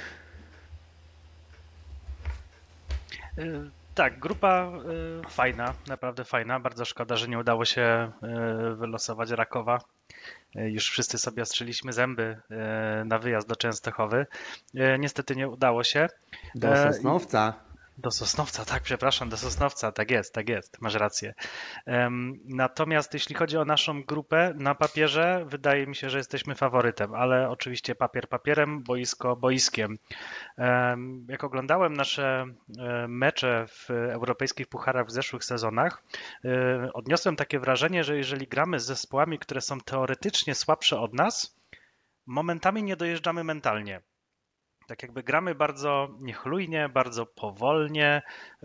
Tak, grupa y, fajna, naprawdę fajna. Bardzo szkoda, że nie udało się y, wylosować Rakowa. Y, już wszyscy sobie ostrzyliśmy zęby y, na wyjazd do Częstochowy. Y, niestety nie udało się. Do Sosnowca. Do Sosnowca, tak, przepraszam, do Sosnowca, tak jest, tak jest, masz rację. Um, natomiast jeśli chodzi o naszą grupę, na papierze wydaje mi się, że jesteśmy faworytem, ale oczywiście papier papierem, boisko boiskiem. Um, jak oglądałem nasze um, mecze w europejskich pucharach w zeszłych sezonach, um, odniosłem takie wrażenie, że jeżeli gramy z zespołami, które są teoretycznie słabsze od nas, momentami nie dojeżdżamy mentalnie. Tak jakby gramy bardzo niechlujnie, bardzo powolnie,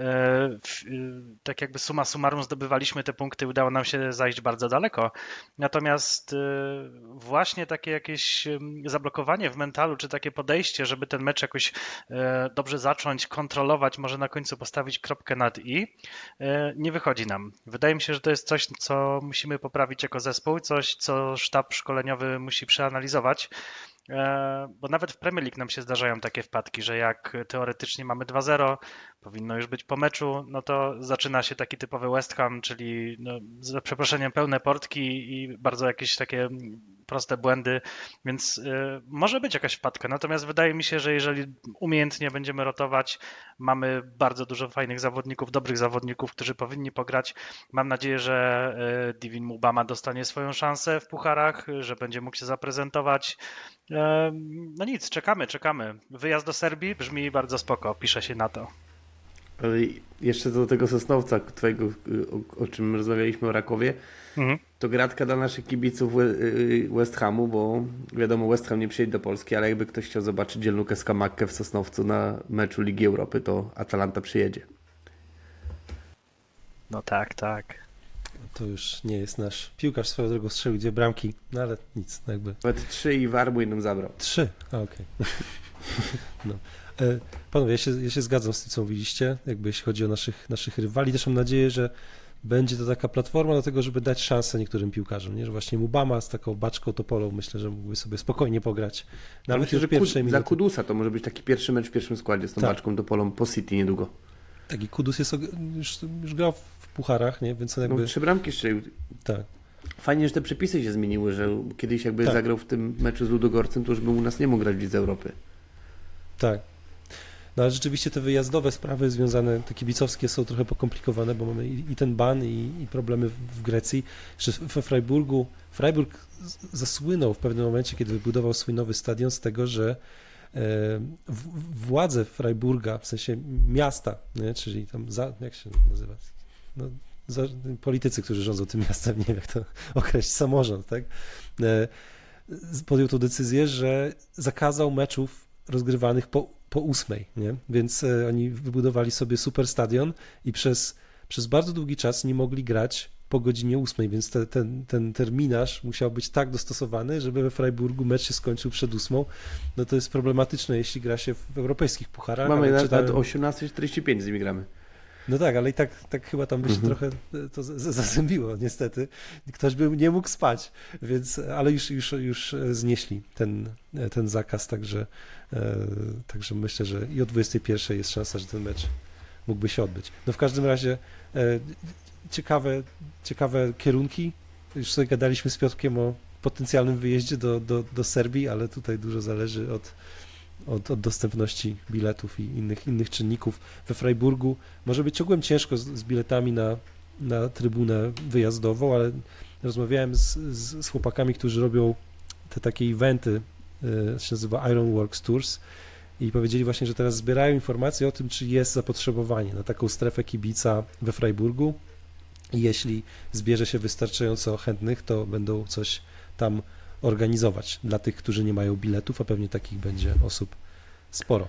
tak jakby summa summarum zdobywaliśmy te punkty, udało nam się zajść bardzo daleko. Natomiast właśnie takie jakieś zablokowanie w mentalu, czy takie podejście, żeby ten mecz jakoś dobrze zacząć, kontrolować, może na końcu postawić kropkę nad i, nie wychodzi nam. Wydaje mi się, że to jest coś, co musimy poprawić jako zespół, coś, co sztab szkoleniowy musi przeanalizować. Bo nawet w Premier League nam się zdarzają takie wpadki, że jak teoretycznie mamy dwa zero, powinno już być po meczu, no to zaczyna się taki typowy West Ham, czyli no, za przeproszeniem pełne portki i bardzo jakieś takie proste błędy, więc y, może być jakaś wpadka. Natomiast wydaje mi się, że jeżeli umiejętnie będziemy rotować, mamy bardzo dużo fajnych zawodników, dobrych zawodników, którzy powinni pograć. Mam nadzieję, że y, Divin Mubama dostanie swoją szansę w pucharach, że będzie mógł się zaprezentować. Y, no nic, czekamy, czekamy. Wyjazd do Serbii brzmi bardzo spoko, pisze się na to. Ale jeszcze do tego Sosnowca twojego, o, o czym rozmawialiśmy o Rakowie, mhm. To gratka dla naszych kibiców West Hamu, bo wiadomo, West Ham nie przyjedzie do Polski, ale jakby ktoś chciał zobaczyć Gianluca Scamacchę w Sosnowcu na meczu Ligi Europy, to Atalanta przyjedzie. No tak, tak. To już nie jest nasz piłkarz, swoją drogą strzelił dwie bramki, no ale nic, no jakby. Nawet trzy i Warbu jedną zabrał. Trzy? Okej. Okay. No. Panowie, ja się, ja się zgadzam z tym, co mówiliście, jakby jeśli chodzi o naszych, naszych rywali. Też mam nadzieję, że będzie to taka platforma do tego, żeby dać szansę niektórym piłkarzom, nie? Że właśnie Mubama z taką baczką Topolą myślę, że mógłby sobie spokojnie pograć. Nawet myślę, że pierwszej Kud- za Kudusa to może być taki pierwszy mecz w pierwszym składzie z tą tak. baczką Topolą po City niedługo. Tak, i Kudus jest, już, już grał w pucharach, nie? Więc on jakby... No, trzy bramki strzelił. Tak. Fajnie, że te przepisy się zmieniły, że kiedyś jakby tak. zagrał w tym meczu z Ludogorcem, to już by u nas nie mógł grać w Lidze Europy. Tak. No ale rzeczywiście te wyjazdowe sprawy związane, te kibicowskie są trochę pokomplikowane, bo mamy i, i ten ban, i, i problemy w Grecji. Jeszcze we Freiburgu, Freiburg zasłynął w pewnym momencie, kiedy wybudował swój nowy stadion z tego, że e, w, władze Freiburga, w sensie miasta, nie, czyli tam, za, jak się nazywa, no, za, politycy, którzy rządzą tym miastem, nie wiem jak to określić, samorząd, tak, e, podjął tą decyzję, że zakazał meczów rozgrywanych po po ósmej, nie? Więc e, oni wybudowali sobie super stadion i przez, przez bardzo długi czas nie mogli grać po godzinie ósmej, więc te, ten, ten terminarz musiał być tak dostosowany, żeby we Freiburgu mecz się skończył przed ósmą. No to jest problematyczne, jeśli gra się w europejskich pucharach. Mamy na czytałem... o osiemnastej czterdzieści pięć z nimi gramy. No tak, ale i tak, tak chyba tam by się Mhm. trochę to z- z- zazębiło, niestety. Ktoś by nie mógł spać, więc, ale już, już, już znieśli ten, ten zakaz, także, e, także myślę, że i o dwudziestej pierwszej jest szansa, że ten mecz mógłby się odbyć. No w każdym razie e, ciekawe, ciekawe kierunki. Już sobie gadaliśmy z Piotrkiem o potencjalnym wyjeździe do, do, do Serbii, ale tutaj dużo zależy od Od, od dostępności biletów i innych, innych czynników. We Freiburgu może być ogółem ciężko z, z biletami na, na trybunę wyjazdową, ale rozmawiałem z, z, z chłopakami, którzy robią te takie eventy, y, się nazywa Ironworks Tours, i powiedzieli właśnie, że teraz zbierają informacje o tym, czy jest zapotrzebowanie na taką strefę kibica we Freiburgu i jeśli zbierze się wystarczająco chętnych, to będą coś tam organizować dla tych, którzy nie mają biletów, a pewnie takich będzie osób sporo.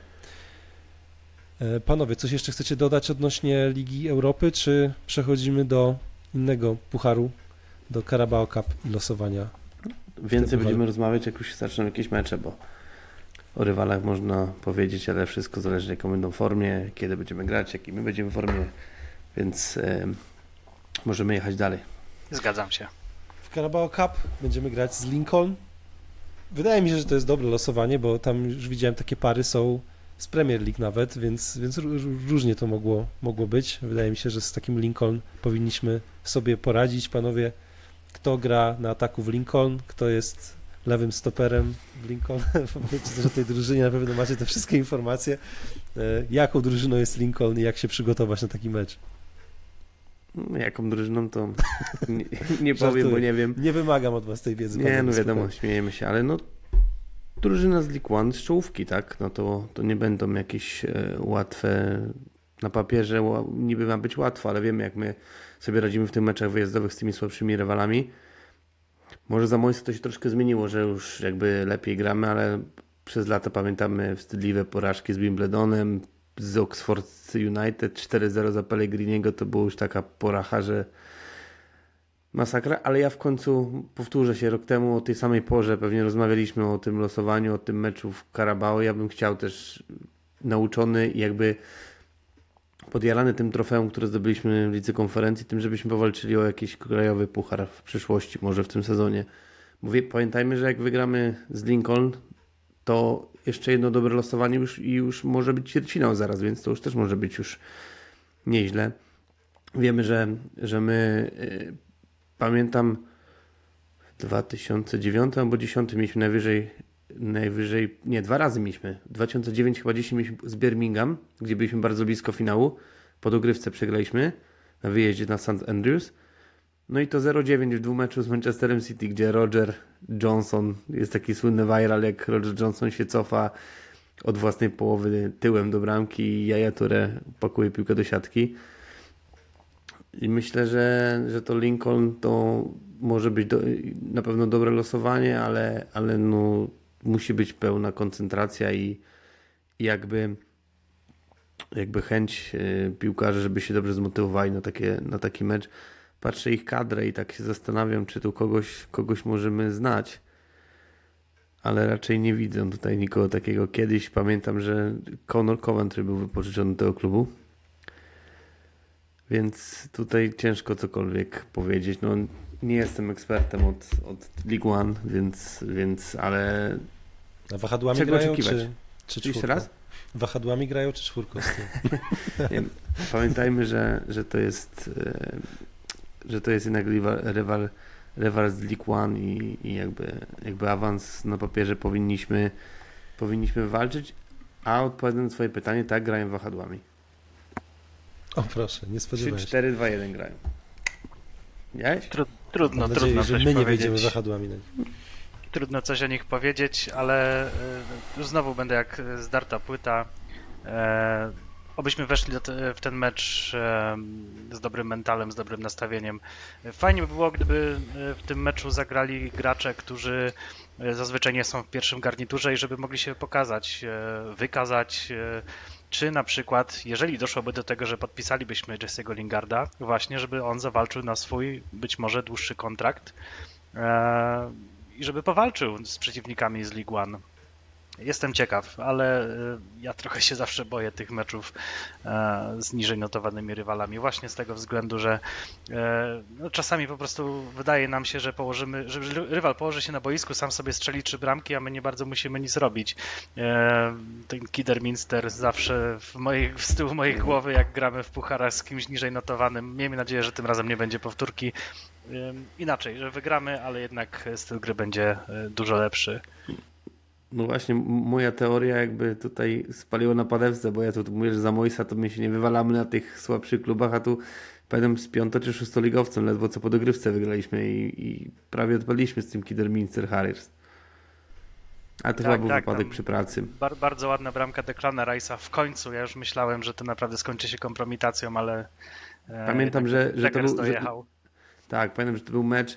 Panowie, coś jeszcze chcecie dodać odnośnie Ligi Europy, czy przechodzimy do innego pucharu, do Carabao Cup i losowania? Więcej będziemy rozmawiać, jak już się zaczną jakieś mecze, bo o rywalach można powiedzieć, ale wszystko zależy, jaką będą w formie, kiedy będziemy grać, jakiej my będziemy w formie, więc e, możemy jechać dalej. Zgadzam się. W Carabao Cup będziemy grać z Lincoln. Wydaje mi się, że to jest dobre losowanie, bo tam już widziałem, takie pary są z Premier League nawet, więc, więc różnie to mogło, mogło być. Wydaje mi się, że z takim Lincoln powinniśmy sobie poradzić. Panowie, kto gra na ataku w Lincoln, kto jest lewym stoperem w Lincoln? Powiedzcie, że tej drużynie na pewno macie te wszystkie informacje. Jaką drużyną jest Lincoln i jak się przygotować na taki mecz? Jaką drużyną, to nie, nie powiem, bo nie wiem. Nie wymagam od was tej wiedzy. Nie, no wiadomo, spokojnie. Śmiejemy się, ale no drużyna z League One, z czołówki, tak? No to, to nie będą jakieś e, łatwe, na papierze ła, niby ma być łatwo, ale wiemy, jak my sobie radzimy w tych meczach wyjazdowych z tymi słabszymi rywalami. Może za Moise to się troszkę zmieniło, że już jakby lepiej gramy, ale przez lata pamiętamy wstydliwe porażki z Wimbledonem, z Oxford United, cztery zero za Pellegriniego, to była już taka poracha, że masakra, ale ja w końcu powtórzę się, rok temu o tej samej porze pewnie rozmawialiśmy o tym losowaniu, o tym meczu w Carabao. Ja bym chciał też, nauczony i jakby podjarany tym trofeum, które zdobyliśmy w Lidze Konferencji, tym, żebyśmy powalczyli o jakiś krajowy puchar w przyszłości, może w tym sezonie. Mówię, pamiętajmy, że jak wygramy z Lincoln, to jeszcze jedno dobre losowanie już, i już może być ćwierćfinał zaraz, więc to już też może być już nieźle. Wiemy, że, że my yy, pamiętam w dwa tysiące dziewiątym albo dwa tysiące dziesiątym mieliśmy najwyżej, najwyżej, nie, dwa razy mieliśmy. W dwa tysiące dziewiątym chyba dziesięć mieliśmy z Birmingham, gdzie byliśmy bardzo blisko finału. Po dogrywce przegraliśmy na wyjeździe na Saint Andrews. No i to zero dziewięć w dwumeczu z Manchesterem City, gdzie Roger Johnson, jest taki słynny viral, jak Roger Johnson się cofa od własnej połowy tyłem do bramki i Yaya Touré pakuje piłkę do siatki. I myślę, że, że to Lincoln to może być do, na pewno dobre losowanie, ale, ale no, musi być pełna koncentracja i, i jakby, jakby chęć y, piłkarzy, żeby się dobrze zmotywowali na, takie, na taki mecz. Patrzę ich kadrę i tak się zastanawiam, czy tu kogoś, kogoś możemy znać, ale raczej nie widzę tutaj nikogo takiego. Kiedyś pamiętam, że Conor Coventry był wypożyczony do tego klubu, więc tutaj ciężko cokolwiek powiedzieć. No, nie jestem ekspertem od, od League One, więc, więc ale A wahadłami czego grają, oczekiwać? czy, czy Jeszcze raz? Wahadłami grają, czy czwórką? Nie, pamiętajmy, że, że to jest że to jest jednak rywal, rywal, rywal z League One i, i jakby, jakby awans na papierze powinniśmy, powinniśmy walczyć, a odpowiadając na twoje pytanie, tak, grają wahadłami. O proszę, nie spodziewałem się. trzy cztery dwa jeden grają. Widziałeś? Tru, trudno, Mam trudno nadzieję, coś że my nie powiedzieć. wejdziemy wahadłami. Trudno coś o nich powiedzieć, ale y, już znowu będę jak zdarta płyta. E, obyśmy weszli do te, w ten mecz e, z dobrym mentalem, z dobrym nastawieniem. Fajnie by było, gdyby w tym meczu zagrali gracze, którzy zazwyczaj nie są w pierwszym garniturze i żeby mogli się pokazać, e, wykazać, e, czy na przykład, jeżeli doszłoby do tego, że podpisalibyśmy Jesse'ego Lingarda, właśnie, żeby on zawalczył na swój być może dłuższy kontrakt e, i żeby powalczył z przeciwnikami z League One. Jestem ciekaw, ale ja trochę się zawsze boję tych meczów z niżej notowanymi rywalami, właśnie z tego względu, że no, czasami po prostu wydaje nam się, że położymy, że rywal położy się na boisku, sam sobie strzeli trzy bramki, a my nie bardzo musimy nic robić. Ten Kidderminster zawsze w mojej, z tyłu mojej głowy, jak gramy w pucharach z kimś niżej notowanym, miejmy nadzieję, że tym razem nie będzie powtórki. Inaczej, że wygramy, ale jednak styl gry będzie dużo lepszy. No właśnie, moja teoria jakby tutaj spaliła na panewce, bo ja tu mówię, że za Moisa to my się nie wywalamy na tych słabszych klubach, a tu pamiętam z piąto czy szóstoligowcem ledwo co po dogrywce wygraliśmy i, i prawie odpadliśmy z tym Kidderminster Harriers. A to tak, chyba był tak, wypadek przy pracy. Bar- bardzo ładna bramka Declana Rice'a w końcu. Ja już myślałem, że to naprawdę skończy się kompromitacją, ale pamiętam, że, że to był... dojechał. Że, tak, pamiętam, że to był mecz,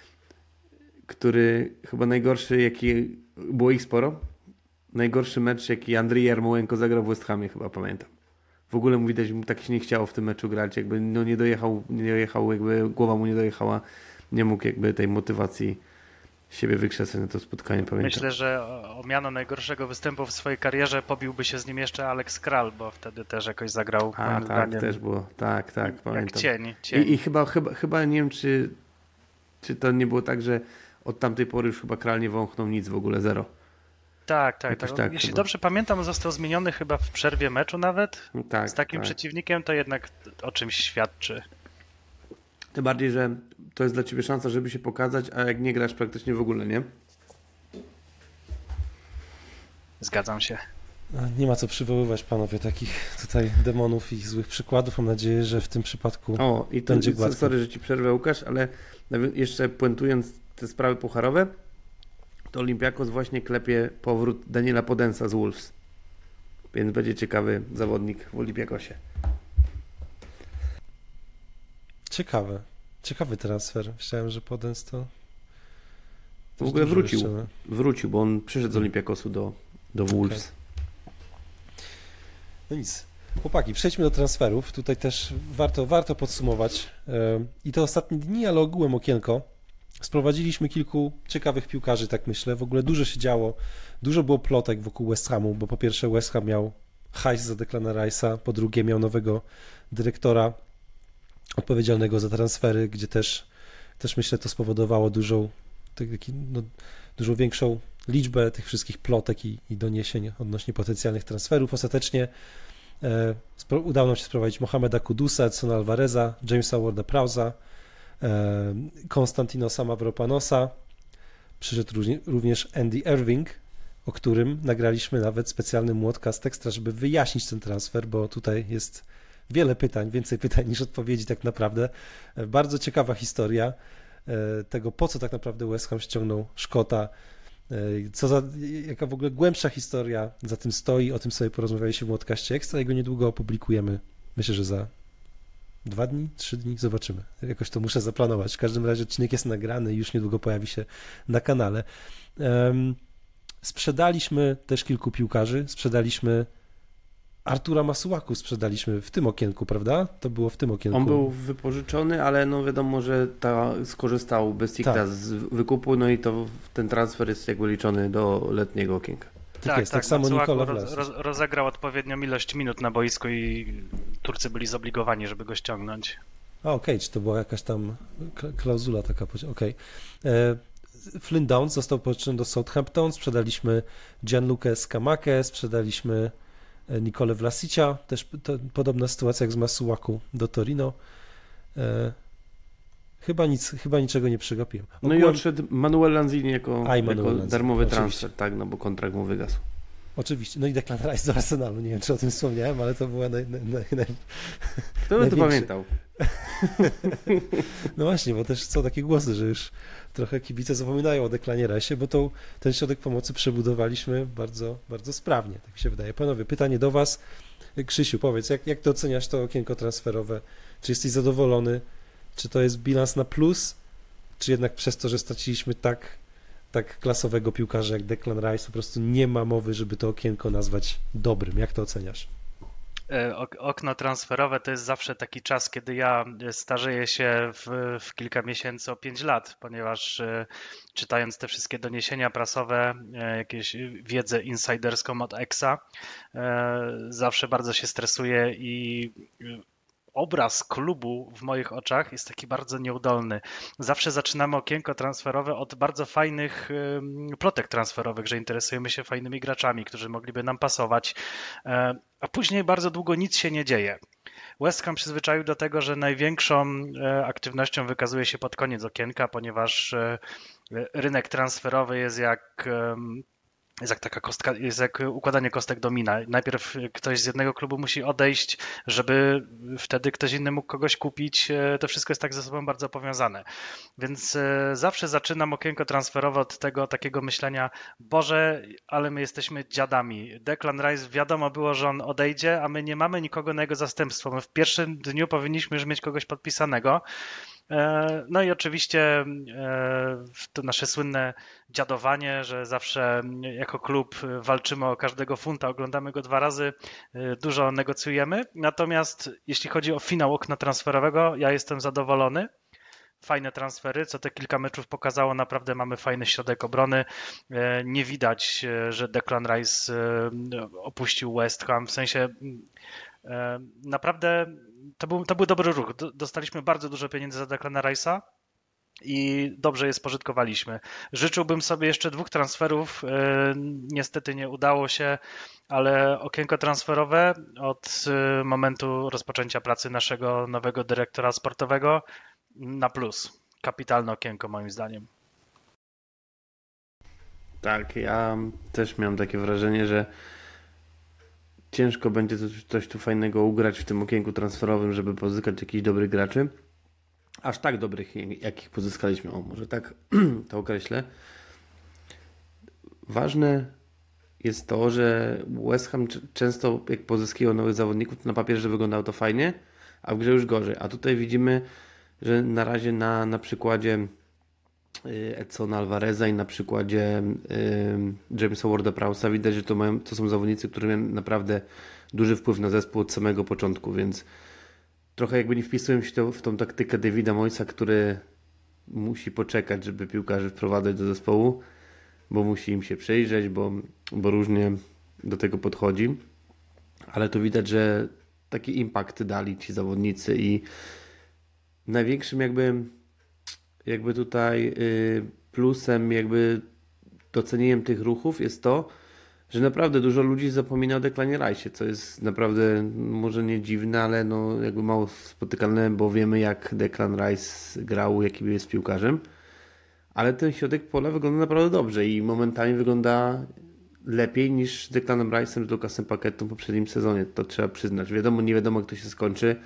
który chyba najgorszy, jaki było ich sporo. Najgorszy mecz, jaki Andrzej Jarmołenko zagrał w West Hamie, chyba pamiętam. W ogóle mu widać, mu tak się nie chciało w tym meczu grać, jakby no nie dojechał, nie dojechał, jakby głowa mu nie dojechała, nie mógł jakby tej motywacji siebie wykrzesać na to spotkanie, pamiętam. Myślę, że o, o miano najgorszego występu w swojej karierze pobiłby się z nim jeszcze Alex Kral, bo wtedy też jakoś zagrał. A tak, zdaniem, też było, tak, tak, jak pamiętam. cień, cień. I, i chyba, chyba, chyba nie wiem, czy, czy to nie było tak, że od tamtej pory już chyba Kral nie wąchnął nic w ogóle, zero. Tak, tak. tak. tak Jeśli chyba. dobrze pamiętam, został zmieniony chyba w przerwie meczu nawet. Tak, z takim tak. przeciwnikiem to jednak o czymś świadczy. Tym bardziej, że to jest dla ciebie szansa, żeby się pokazać, a jak nie grasz praktycznie w ogóle, nie? Zgadzam się. Nie ma co przywoływać, panowie, takich tutaj demonów i złych przykładów. Mam nadzieję, że w tym przypadku O, i to, będzie i, gładko. sorry, że ci przerwę, Łukasz, ale jeszcze puentując te sprawy pucharowe, to Olympiakos właśnie klepie powrót Daniela Podensa z Wolves. Więc będzie ciekawy zawodnik w Olympiakosie. Ciekawe. Ciekawy transfer. Myślałem, że Podens to... W ogóle wrócił. Jeszcze... Wrócił, bo on przyszedł z Olympiakosu do, do Wolves. Okay. No nic. Chłopaki, przejdźmy do transferów. Tutaj też warto, warto podsumować. I to ostatnie dni, ale ogółem okienko. Sprowadziliśmy kilku ciekawych piłkarzy, tak myślę. W ogóle dużo się działo. Dużo było plotek wokół West Hamu, bo po pierwsze West Ham miał hajs za Declana Rice'a, po drugie miał nowego dyrektora odpowiedzialnego za transfery, gdzie też, też myślę to spowodowało dużą, taki, no, dużo większą liczbę tych wszystkich plotek i, i doniesień odnośnie potencjalnych transferów. Ostatecznie e, spro, udało nam się sprowadzić Mohameda Kudusa, Edsona Alvareza, Jamesa Warda-Prowse'a, e, Konstantinosa Mavropanosa. Przyszedł również Andy Irving, o którym nagraliśmy nawet specjalny młodcast ekstra, żeby wyjaśnić ten transfer, bo tutaj jest wiele pytań, więcej pytań niż odpowiedzi tak naprawdę. Bardzo ciekawa historia tego, po co tak naprawdę West Ham ściągnął Szkota, co za, jaka w ogóle głębsza historia za tym stoi, o tym sobie porozmawialiśmy w młodcaście ekstra i go niedługo opublikujemy. Myślę, że za dwa dni, trzy dni, zobaczymy. Jakoś to muszę zaplanować. W każdym razie odcinek jest nagrany i już niedługo pojawi się na kanale. Um, sprzedaliśmy też kilku piłkarzy. Sprzedaliśmy Artura Masuaku, sprzedaliśmy w tym okienku, prawda? To było w tym okienku. On był wypożyczony, ale no wiadomo, że ta, skorzystał Besiktas tak. z wykupu, no i to ten transfer jest jakby liczony do letniego okienka. Tak, Tak, jest, tak, tak samo Masuaku Nikola roz, Vlasic. roz, rozegrał odpowiednią ilość minut na boisku i Turcy byli zobligowani, żeby go ściągnąć. A okej, okay, czy to była jakaś tam klauzula taka? Okej. Okay. Flynn Downs został pożyczony do Southampton, sprzedaliśmy Gianluca Scamacche, sprzedaliśmy Nicolę Vlasicia, też to, podobna sytuacja jak z Masuaku do Torino. E, chyba nic, chyba niczego nie przegapiłem. Ogółem... No i odszedł Manuel Lanzini jako, A, jako Manuel Lanzini, darmowy oczywiście. transfer, tak, no bo kontrakt mu wygasł. Oczywiście, no i Declan Rice do Arsenalu, nie wiem czy o tym wspomniałem, ale to była naj, naj, naj, naj, Kto by to pamiętał? No właśnie, bo też są takie głosy, że już trochę kibice zapominają o Declanie Rice'ie, bo to, ten środek pomocy przebudowaliśmy bardzo, bardzo sprawnie, tak mi się wydaje. Panowie, pytanie do was. Krzysiu, powiedz, jak, jak ty oceniasz to okienko transferowe? Czy jesteś zadowolony? Czy to jest bilans na plus? Czy jednak przez to, że straciliśmy tak, tak klasowego piłkarza jak Declan Rice, po prostu nie ma mowy, żeby to okienko nazwać dobrym? Jak to oceniasz? Okno transferowe to jest zawsze taki czas, kiedy ja starzeję się w, w kilka miesięcy o pięć lat, ponieważ czytając te wszystkie doniesienia prasowe, jakieś wiedzę insiderską od Exa, zawsze bardzo się stresuję i obraz klubu w moich oczach jest taki bardzo nieudolny. Zawsze zaczynamy okienko transferowe od bardzo fajnych plotek transferowych, że interesujemy się fajnymi graczami, którzy mogliby nam pasować, a później bardzo długo nic się nie dzieje. West Ham przyzwyczaił do tego, że największą aktywnością wykazuje się pod koniec okienka, ponieważ rynek transferowy jest jak jest jak taka kostka, jest jak układanie kostek domina. Najpierw ktoś z jednego klubu musi odejść, żeby wtedy ktoś inny mógł kogoś kupić. To wszystko jest tak ze sobą bardzo powiązane. Więc zawsze zaczynam okienko transferowe od tego takiego myślenia, Boże, ale my jesteśmy dziadami. Declan Rice wiadomo było, że on odejdzie, a my nie mamy nikogo na jego zastępstwo. My w pierwszym dniu powinniśmy już mieć kogoś podpisanego. No i oczywiście to nasze słynne dziadowanie, że zawsze jako klub walczymy o każdego funta, oglądamy go dwa razy, dużo negocjujemy. Natomiast jeśli chodzi o finał okna transferowego, ja jestem zadowolony. Fajne transfery, co te kilka meczów pokazało, naprawdę mamy fajny środek obrony. Nie widać, że Declan Rice opuścił West Ham, w sensie naprawdę to był, to był dobry ruch. Dostaliśmy bardzo dużo pieniędzy za Declana Rice'a i dobrze je spożytkowaliśmy. Życzyłbym sobie jeszcze dwóch transferów. Niestety nie udało się, ale okienko transferowe od momentu rozpoczęcia pracy naszego nowego dyrektora sportowego na plus. Kapitalne okienko moim zdaniem. Tak, ja też miałem takie wrażenie, że ciężko będzie coś tu fajnego ugrać w tym okienku transferowym, żeby pozyskać jakichś dobrych graczy. Aż tak dobrych, jakich pozyskaliśmy. O, może tak to określę. Ważne jest to, że West Ham często jak pozyskiwał nowych zawodników, to na papierze wyglądało to fajnie, a w grze już gorzej. A tutaj widzimy, że na razie na, na przykładzie Edsona Alvareza i na przykładzie y, Jamesa Warda-Prowse'a widać, że to, mają, to są zawodnicy, którzy mają naprawdę duży wpływ na zespół od samego początku, więc trochę jakby nie wpisują się to w tą taktykę Davida Moyesa, który musi poczekać, żeby piłkarzy wprowadzać do zespołu, bo musi im się przyjrzeć, bo, bo różnie do tego podchodzi, ale to widać, że taki impact dali ci zawodnicy i największym jakby jakby tutaj plusem, jakby docenieniem tych ruchów jest to, że naprawdę dużo ludzi zapomina o Declanie Rice'ie, co jest naprawdę może nie dziwne, ale no jakby mało spotykane, bo wiemy jak Declan Rice grał, jakim jest piłkarzem, ale ten środek pola wygląda naprawdę dobrze i momentami wygląda lepiej niż z Declanem Rice'em, z Lucasem Paquetą w poprzednim sezonie, to trzeba przyznać. Wiadomo, nie wiadomo jak to się skończy,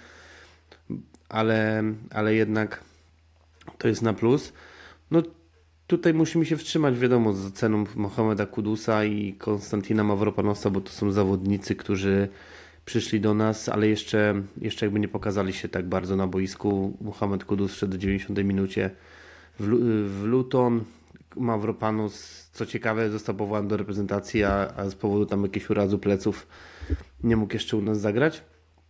ale, ale jednak to jest na plus. No tutaj musimy się wstrzymać, wiadomo, z ceną Mohameda Kudusa i Konstantina Mavropanosa, bo to są zawodnicy, którzy przyszli do nas, ale jeszcze, jeszcze jakby nie pokazali się tak bardzo na boisku. Mohamed Kudus wszedł w dziewięćdziesiątej minucie w, w Luton. Mavropanos, co ciekawe, został powołany do reprezentacji, a, a z powodu tam jakiegoś urazu pleców nie mógł jeszcze u nas zagrać.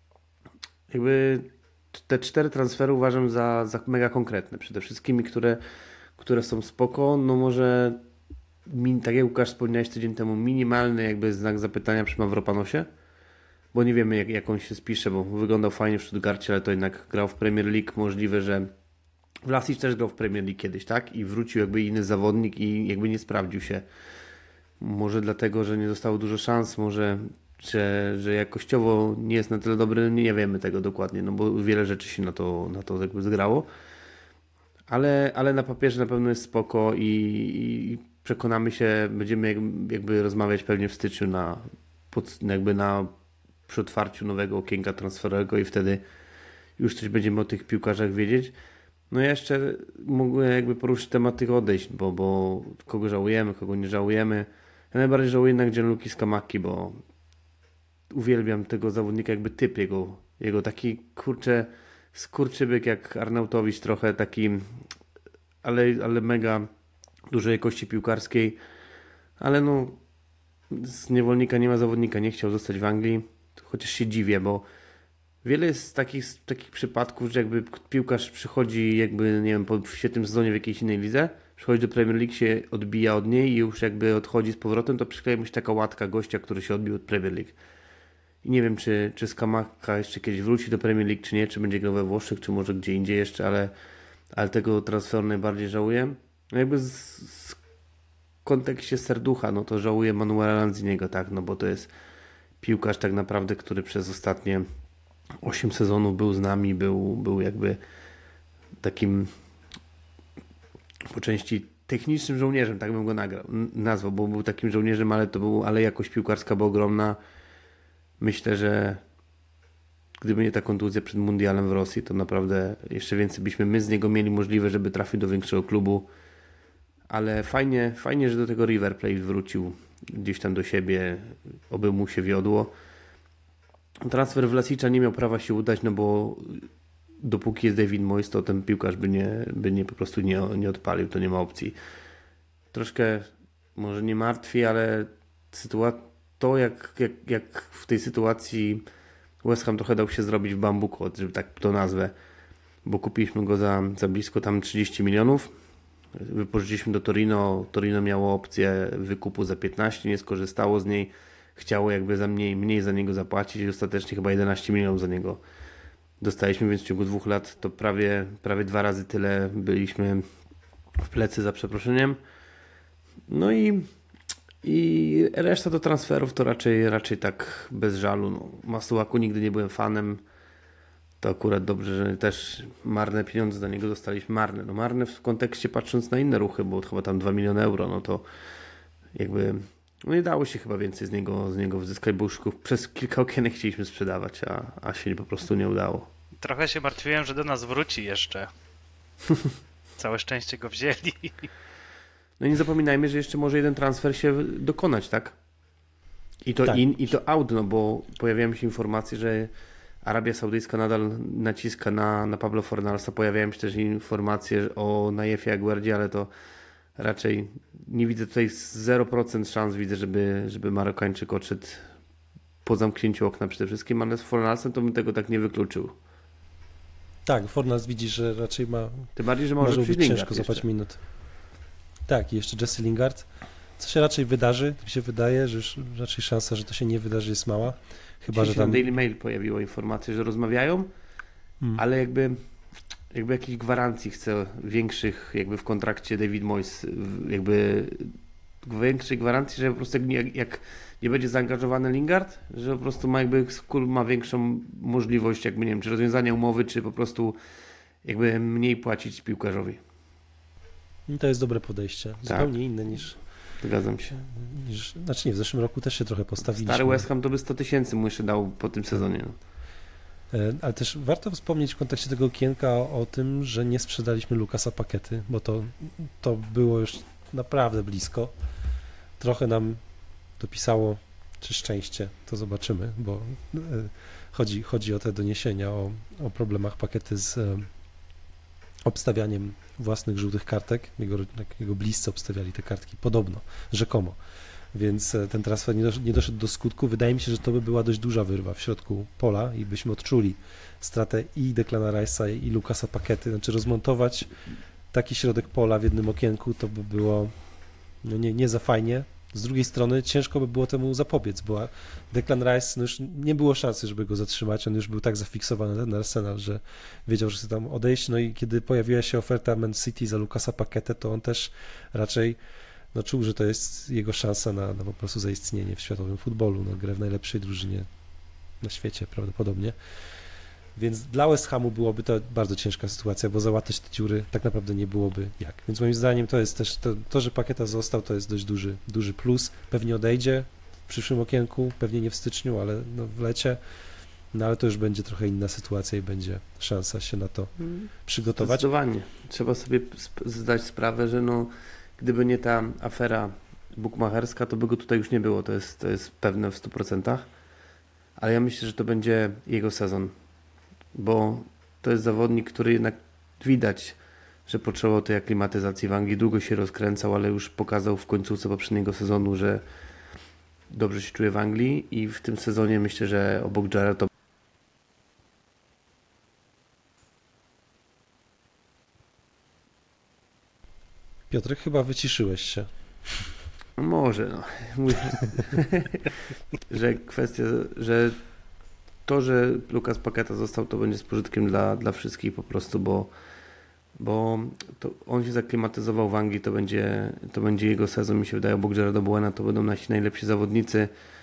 Jakby te cztery transfery uważam za, za mega konkretne. Przede wszystkim, które, które są spoko. No może, tak jak Łukasz wspomniałeś tydzień temu, minimalny jakby znak zapytania przy Mavropanosie, bo nie wiemy jak, jak on się spisze, bo wyglądał fajnie w Stuttgarcie, ale to jednak grał w Premier League. Możliwe, że Vlasic też grał w Premier League kiedyś, tak? I wrócił jakby inny zawodnik i jakby nie sprawdził się. Może dlatego, że nie dostało dużo szans, może Że, że jakościowo nie jest na tyle dobry, nie wiemy tego dokładnie, no bo wiele rzeczy się na to, na to jakby zgrało, ale, ale na papierze na pewno jest spoko i, i przekonamy się, będziemy jakby rozmawiać pewnie w styczniu na, pod, jakby na przy otwarciu nowego okienka transferowego i wtedy już coś będziemy o tych piłkarzach wiedzieć. No ja jeszcze mogę jakby poruszyć temat tych odejść, bo, bo kogo żałujemy, kogo nie żałujemy. Ja najbardziej żałuję jednak Gianluigi Scamacchi, bo uwielbiam tego zawodnika, jakby typ jego, jego taki kurczę skurczybyk jak Arnautowicz trochę taki, ale, ale mega dużej jakości piłkarskiej, ale no z niewolnika nie ma zawodnika, nie chciał zostać w Anglii, chociaż się dziwię, bo wiele jest takich, takich przypadków, że jakby piłkarz przychodzi jakby, nie wiem, po świetnym sezonie w jakiejś innej lidze, przychodzi do Premier League, się odbija od niej i już jakby odchodzi z powrotem, to przykleja mu się taka łatka gościa, który się odbił od Premier League. I nie wiem, czy, czy Scamacca jeszcze kiedyś wróci do Premier League, czy nie, czy będzie grał we Włoszech, czy może gdzie indziej jeszcze, ale, ale tego transferu najbardziej żałuję. No jakby z, z kontekście serducha, no to żałuję Manuela Lanziniego, tak, no bo to jest piłkarz tak naprawdę, który przez ostatnie osiem sezonów był z nami, był, był jakby takim po części technicznym żołnierzem, tak bym go nagrał, nazwał, bo był takim żołnierzem, ale to był, ale jakość piłkarska była ogromna. Myślę, że gdyby nie ta kontuzja przed mundialem w Rosji, to naprawdę jeszcze więcej byśmy my z niego mieli możliwe, żeby trafił do większego klubu. Ale fajnie, fajnie, że do tego River Plate wrócił gdzieś tam do siebie, oby mu się wiodło. Transfer Vlasicza nie miał prawa się udać, no bo dopóki jest David Moyes, to ten piłkarz by nie, by nie po prostu nie, nie odpalił, to nie ma opcji. Troszkę może nie martwi, ale sytuacja to jak, jak, jak w tej sytuacji West Ham trochę dał się zrobić w bambuku, żeby tak to nazwę, bo kupiliśmy go za, za blisko tam trzydzieści milionów, wypożyczyliśmy do Torino, Torino miało opcję wykupu za piętnaście, nie skorzystało z niej, chciało jakby za mniej, mniej za niego zapłacić i ostatecznie chyba jedenaście milionów za niego dostaliśmy, więc w ciągu dwóch lat to prawie, prawie dwa razy tyle byliśmy w plecy za przeproszeniem. No i I reszta do transferów to raczej, raczej tak bez żalu. No, Masuaku nigdy nie byłem fanem. To akurat dobrze, że też marne pieniądze za niego dostaliśmy. Marne. No marne w kontekście patrząc na inne ruchy, bo chyba tam dwa miliony euro, no to jakby no nie dało się chyba więcej z niego, z niego wyzyskać, bo już przez kilka okienek chcieliśmy sprzedawać, a, a się po prostu nie udało. Trochę się martwiłem, że do nas wróci jeszcze. Całe szczęście go wzięli. No i nie zapominajmy, że jeszcze może jeden transfer się dokonać, tak? I to tak. in, i to out, no bo pojawiają się informacje, że Arabia Saudyjska nadal naciska na, na Pablo Fornalsa. Pojawiają się też informacje o Najefie Aguerdzie, ale to raczej nie widzę tutaj zero procent szans, widzę, żeby, żeby Marokańczyk odszedł po zamknięciu okna przede wszystkim, ale z Fornalsem to bym tego tak nie wykluczył. Tak, Fornals widzi, że raczej ma... Tym bardziej, że może, może być ciężko złapać minut. Tak, i jeszcze Jesse Lingard. Co się raczej wydarzy, mi się wydaje, że już raczej szansa, że to się nie wydarzy, jest mała. Chyba, Dzisiaj że tam... na Daily Mail pojawiła informacja, że rozmawiają, hmm. ale jakby, jakby jakichś gwarancji chce większych jakby w kontrakcie David Moyes, jakby większej gwarancji, że po prostu jak, jak nie będzie zaangażowany Lingard, że po prostu ma jakby ma większą możliwość jakby, nie wiem, czy rozwiązania umowy, czy po prostu jakby mniej płacić piłkarzowi. To jest dobre podejście. Tak. Zupełnie inne niż... Zgadzam się. Niż, znaczy nie, w zeszłym roku też się trochę postawiliśmy. Stary West Ham to by sto tysięcy mu jeszcze dał po tym sezonie. No. Ale też warto wspomnieć w kontekście tego okienka o, o tym, że nie sprzedaliśmy Lucasa Paquety, bo to, to było już naprawdę blisko. Trochę nam dopisało, czy szczęście, to zobaczymy, bo chodzi, chodzi o te doniesienia o, o problemach Paquety z obstawianiem własnych żółtych kartek. Jego, jego bliscy obstawiali te kartki, podobno, rzekomo. Więc ten transfer nie doszedł, nie doszedł do skutku. Wydaje mi się, że to by była dość duża wyrwa w środku pola i byśmy odczuli stratę i Declana Rice'a i Lucasa Paquety. Znaczy rozmontować taki środek pola w jednym okienku to by było no nie, nie za fajnie. Z drugiej strony ciężko by było temu zapobiec, bo Declan Rice no już nie było szansy, żeby go zatrzymać. On już był tak zafiksowany na Arsenal, że wiedział, że chce tam odejść. No i kiedy pojawiła się oferta Man City za Lucasa Paquetę, to on też raczej no, czuł, że to jest jego szansa na, na po prostu zaistnienie w światowym futbolu. No, grę w najlepszej drużynie na świecie prawdopodobnie. Więc dla West Hamu byłoby to bardzo ciężka sytuacja, bo załatać te dziury tak naprawdę nie byłoby jak. Więc moim zdaniem to jest też, to, to że Paqueta został, to jest dość duży, duży plus. Pewnie odejdzie w przyszłym okienku, pewnie nie w styczniu, ale no w lecie. No ale to już będzie trochę inna sytuacja i będzie szansa się na to hmm. przygotować. Zdecydowanie. Trzeba sobie sp- zdać sprawę, że no, gdyby nie ta afera bukmacherska, to by go tutaj już nie było. To jest, to jest pewne w stu procentach. Ale ja myślę, że to będzie jego sezon. Bo to jest zawodnik, który jednak widać, że potrzebował tej aklimatyzacji w Anglii. Długo się rozkręcał, ale już pokazał w końcówce poprzedniego sezonu, że dobrze się czuje w Anglii i w tym sezonie myślę, że obok Jarreta Piotrek, chyba wyciszyłeś się. może, no. Mówię, że kwestia, że to, że Lucas Paqueta został, to będzie z pożytkiem dla, dla wszystkich po prostu, bo, bo to on się zaklimatyzował w Anglii, to będzie, to będzie jego sezon, mi się wydaje, obok Jarreda Bowena to będą nasi najlepsi zawodnicy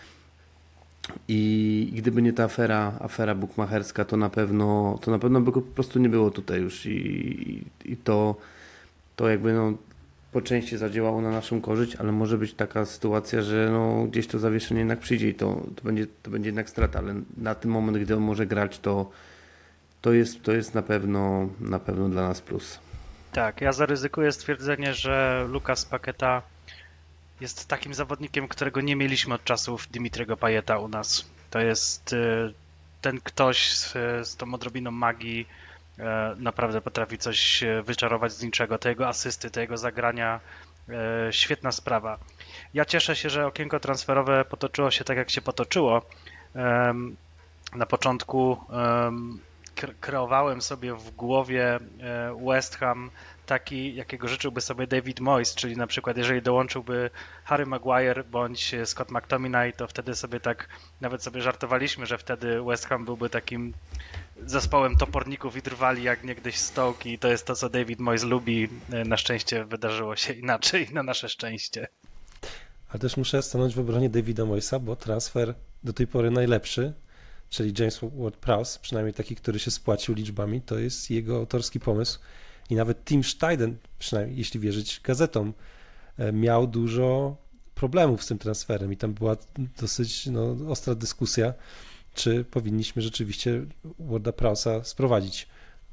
i gdyby nie ta afera, afera bukmacherska, to na pewno, to na pewno by go po prostu nie było tutaj już i, i, i to, to jakby no po części zadziałało na naszą korzyść, ale może być taka sytuacja, że no gdzieś to zawieszenie jednak przyjdzie i to, to, będzie, to będzie jednak strata, ale na ten moment, gdy on może grać, to, to, jest, to jest na pewno, na pewno dla nas plus. Tak, ja zaryzykuję stwierdzenie, że Lucas Paqueta jest takim zawodnikiem, którego nie mieliśmy od czasów Dimitriego Payeta u nas. To jest y, ten ktoś z, z tą odrobiną magii, y, naprawdę potrafi coś wyczarować z niczego. Te jego asysty, te jego zagrania, y, świetna sprawa. Ja cieszę się, że okienko transferowe potoczyło się tak, jak się potoczyło. Ym, na początku ym, kreowałem sobie w głowie West Ham taki, jakiego życzyłby sobie David Moyes, czyli na przykład jeżeli dołączyłby Harry Maguire bądź Scott McTominay, to wtedy sobie tak, nawet sobie żartowaliśmy, że wtedy West Ham byłby takim zespołem toporników i drwali jak niegdyś Stoke i to jest to, co David Moyes lubi. Na szczęście wydarzyło się inaczej, na nasze szczęście. Ale też muszę stanąć w obronie Davida Moyesa, bo transfer do tej pory najlepszy, czyli James Ward-Prowse, przynajmniej taki, który się spłacił liczbami, to jest jego autorski pomysł. I nawet Tim Steiden, przynajmniej jeśli wierzyć gazetom, miał dużo problemów z tym transferem i tam była dosyć no, ostra dyskusja, czy powinniśmy rzeczywiście Warda Prowse'a sprowadzić.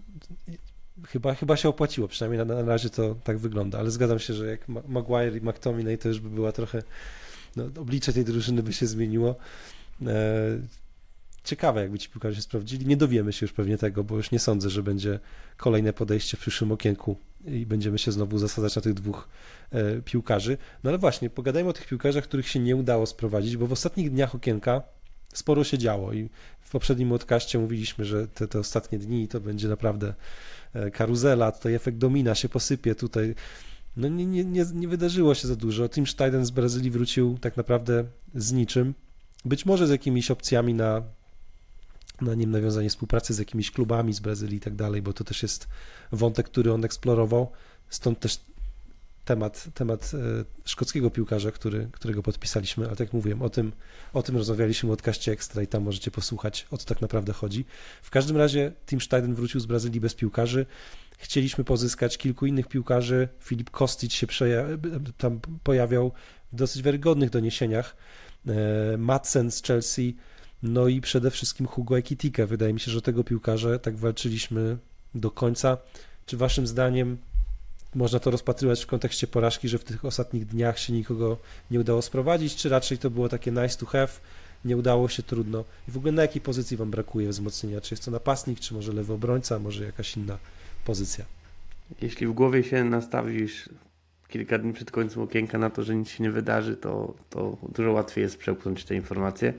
Chyba, chyba się opłaciło, przynajmniej na, na razie to tak wygląda, ale zgadzam się, że jak Maguire i McTominay to już by była trochę, no, oblicze tej drużyny by się zmieniło. Ciekawe, jakby ci piłkarze się sprawdzili. Nie dowiemy się już pewnie tego, bo już nie sądzę, że będzie kolejne podejście w przyszłym okienku i będziemy się znowu zasadzać na tych dwóch e, piłkarzy. No ale właśnie, pogadajmy o tych piłkarzach, których się nie udało sprowadzić, bo w ostatnich dniach okienka sporo się działo i w poprzednim podcaście mówiliśmy, że te, te ostatnie dni to będzie naprawdę e, karuzela, tutaj efekt domina się posypie tutaj. No nie, nie, nie, nie wydarzyło się za dużo. Tim Steiden z Brazylii wrócił tak naprawdę z niczym. Być może z jakimiś opcjami na na nim nawiązanie współpracy z jakimiś klubami z Brazylii i tak dalej, bo to też jest wątek, który on eksplorował, stąd też temat, temat szkockiego piłkarza, który, którego podpisaliśmy, ale tak jak mówiłem, o tym, o tym rozmawialiśmy w podcaście Ekstra i tam możecie posłuchać, o co tak naprawdę chodzi. W każdym razie Tim Steiden wrócił z Brazylii bez piłkarzy, chcieliśmy pozyskać kilku innych piłkarzy, Filip Kostic się przeja- tam pojawiał w dosyć wiarygodnych doniesieniach, Madsen z Chelsea, no i przede wszystkim Hugo Ekitike. Wydaje mi się, że tego piłkarza tak walczyliśmy do końca. Czy waszym zdaniem można to rozpatrywać w kontekście porażki, że w tych ostatnich dniach się nikogo nie udało sprowadzić, czy raczej to było takie nice to have, nie udało się, trudno? I w ogóle na jakiej pozycji wam brakuje wzmocnienia? Czy jest to napastnik, czy może lewy obrońca, może jakaś inna pozycja? Jeśli w głowie się nastawisz kilka dni przed końcem okienka na to, że nic się nie wydarzy, to, to dużo łatwiej jest przełknąć te informacje.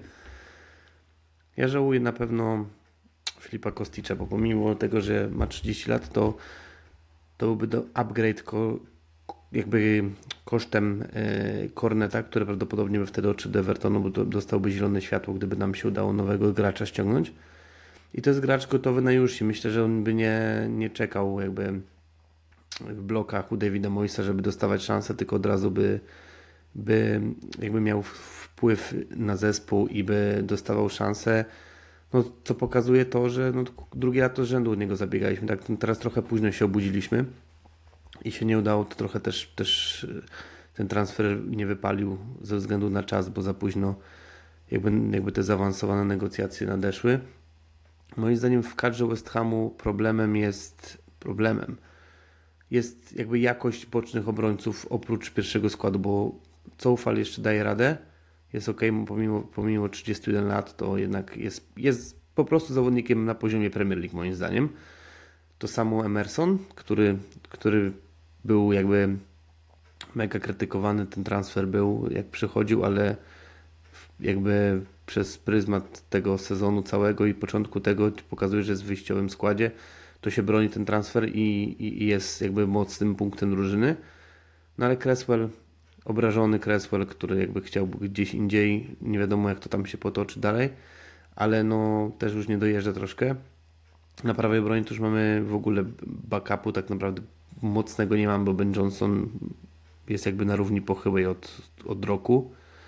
Ja żałuję na pewno Filipa Kosticza, bo pomimo tego, że ma trzydzieści lat, to, to byłby do upgrade ko, jakby kosztem e, Corneta, który prawdopodobnie by wtedy odszedł do Evertonu, bo to dostałby zielone światło, gdyby nam się udało nowego gracza ściągnąć. I to jest gracz gotowy na już i myślę, że on by nie, nie czekał jakby w blokach u Davida Moyesa, żeby dostawać szansę, tylko od razu by, by jakby miał wpływ na zespół i by dostawał szansę, no, co pokazuje to, że no, drugi lat z rzędu od niego zabiegaliśmy. Tak, teraz trochę późno się obudziliśmy i się nie udało, to trochę też, też ten transfer nie wypalił ze względu na czas, bo za późno jakby, jakby te zaawansowane negocjacje nadeszły. Moim zdaniem w kadrze West Hamu problemem jest problemem. Jest jakby jakość bocznych obrońców oprócz pierwszego składu, bo Coufal jeszcze daje radę, jest ok, pomimo, pomimo trzydziestu jeden lat, to jednak jest, jest po prostu zawodnikiem na poziomie Premier League moim zdaniem. To samo Emerson, który, który był jakby mega krytykowany, ten transfer był jak przychodził, ale jakby przez pryzmat tego sezonu całego i początku tego pokazuje, że jest w wyjściowym składzie, to się broni ten transfer i, i, i jest jakby mocnym punktem drużyny. No ale Cresswell, obrażony Cresswell, który jakby chciał gdzieś indziej, nie wiadomo jak to tam się potoczy dalej, ale no też już nie dojeżdża troszkę. Na prawej broni to już mamy w ogóle backupu tak naprawdę mocnego nie mam, bo Ben Johnson jest jakby na równi pochyłej od, od roku.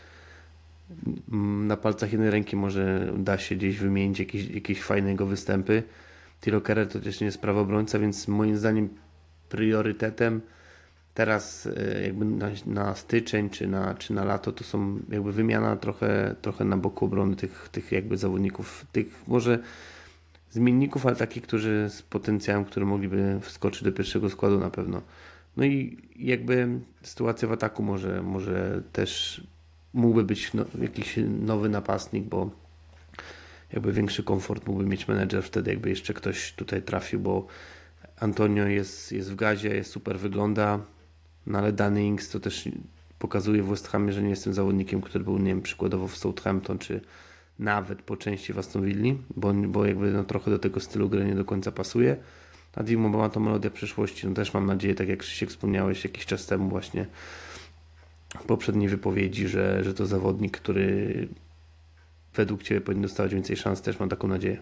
Na palcach jednej ręki może da się gdzieś wymienić jakieś, jakieś fajne jego występy. Tilo Kerer to też nie jest prawobrońca, więc moim zdaniem priorytetem teraz jakby na, na styczeń czy na, czy na lato to są jakby wymiana trochę, trochę na boku obrony tych, tych jakby zawodników, tych może zmienników, ale takich, którzy z potencjałem, który mogliby wskoczyć do pierwszego składu na pewno. No i jakby sytuacja w ataku może, może też mógłby być no, jakiś nowy napastnik, bo jakby większy komfort mógłby mieć menedżer wtedy, jakby jeszcze ktoś tutaj trafił, bo Antonio jest, jest w gazie, jest super, wygląda, no ale Danny Ings to też pokazuje w West Hamie, że nie jestem zawodnikiem, który był, nie wiem, przykładowo w Southampton, czy nawet po części w Aston Villa, bo, bo jakby no, trochę do tego stylu gry nie do końca pasuje. A Dimo ma to melodia przyszłości, no też mam nadzieję, tak jak Krzysiek wspomniałeś jakiś czas temu właśnie w poprzedniej wypowiedzi, że, że to zawodnik, który według Ciebie powinien dostawać więcej szans, też mam taką nadzieję.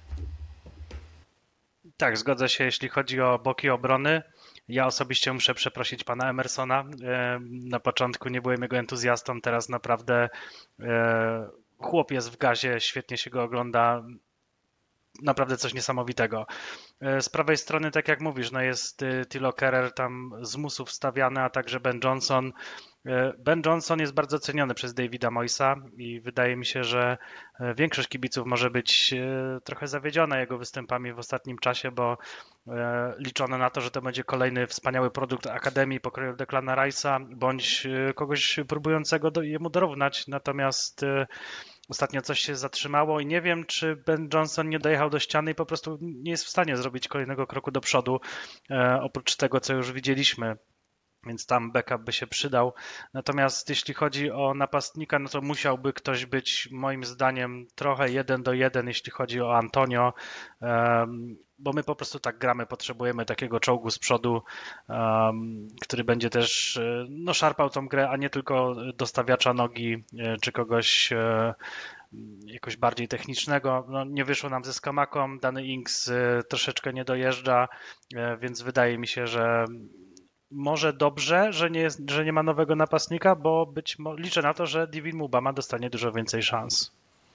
Tak, zgodzę się, jeśli chodzi o boki obrony. Ja osobiście muszę przeprosić pana Emersona. Na początku nie byłem jego entuzjastą, teraz naprawdę chłop jest w gazie, świetnie się go ogląda. Naprawdę coś niesamowitego. Z prawej strony, tak jak mówisz, no jest Tilo Kerer tam z musów wstawiany, a także Ben Johnson. Ben Johnson jest bardzo ceniony przez Davida Moyesa i wydaje mi się, że większość kibiców może być trochę zawiedziona jego występami w ostatnim czasie, bo liczono na to, że to będzie kolejny wspaniały produkt Akademii pokroju Declana Rice'a, bądź kogoś próbującego do, jemu dorównać. Natomiast ostatnio coś się zatrzymało i nie wiem, czy Ben Johnson nie dojechał do ściany i po prostu nie jest w stanie zrobić kolejnego kroku do przodu, e, oprócz tego, co już widzieliśmy. Więc tam backup by się przydał. Natomiast jeśli chodzi o napastnika, no to musiałby ktoś być moim zdaniem trochę jeden do jeden, jeśli chodzi o Antonio, um, bo my po prostu tak gramy, potrzebujemy takiego czołgu z przodu, um, który będzie też no, szarpał tą grę, a nie tylko dostawiacza nogi czy kogoś e, jakoś bardziej technicznego. No, nie wyszło nam ze Skamaką, Danny Ings e, troszeczkę nie dojeżdża, e, więc wydaje mi się, że może dobrze, że nie, jest, że nie ma nowego napastnika, bo być mo- liczę na to, że David Mubama dostanie dużo więcej szans.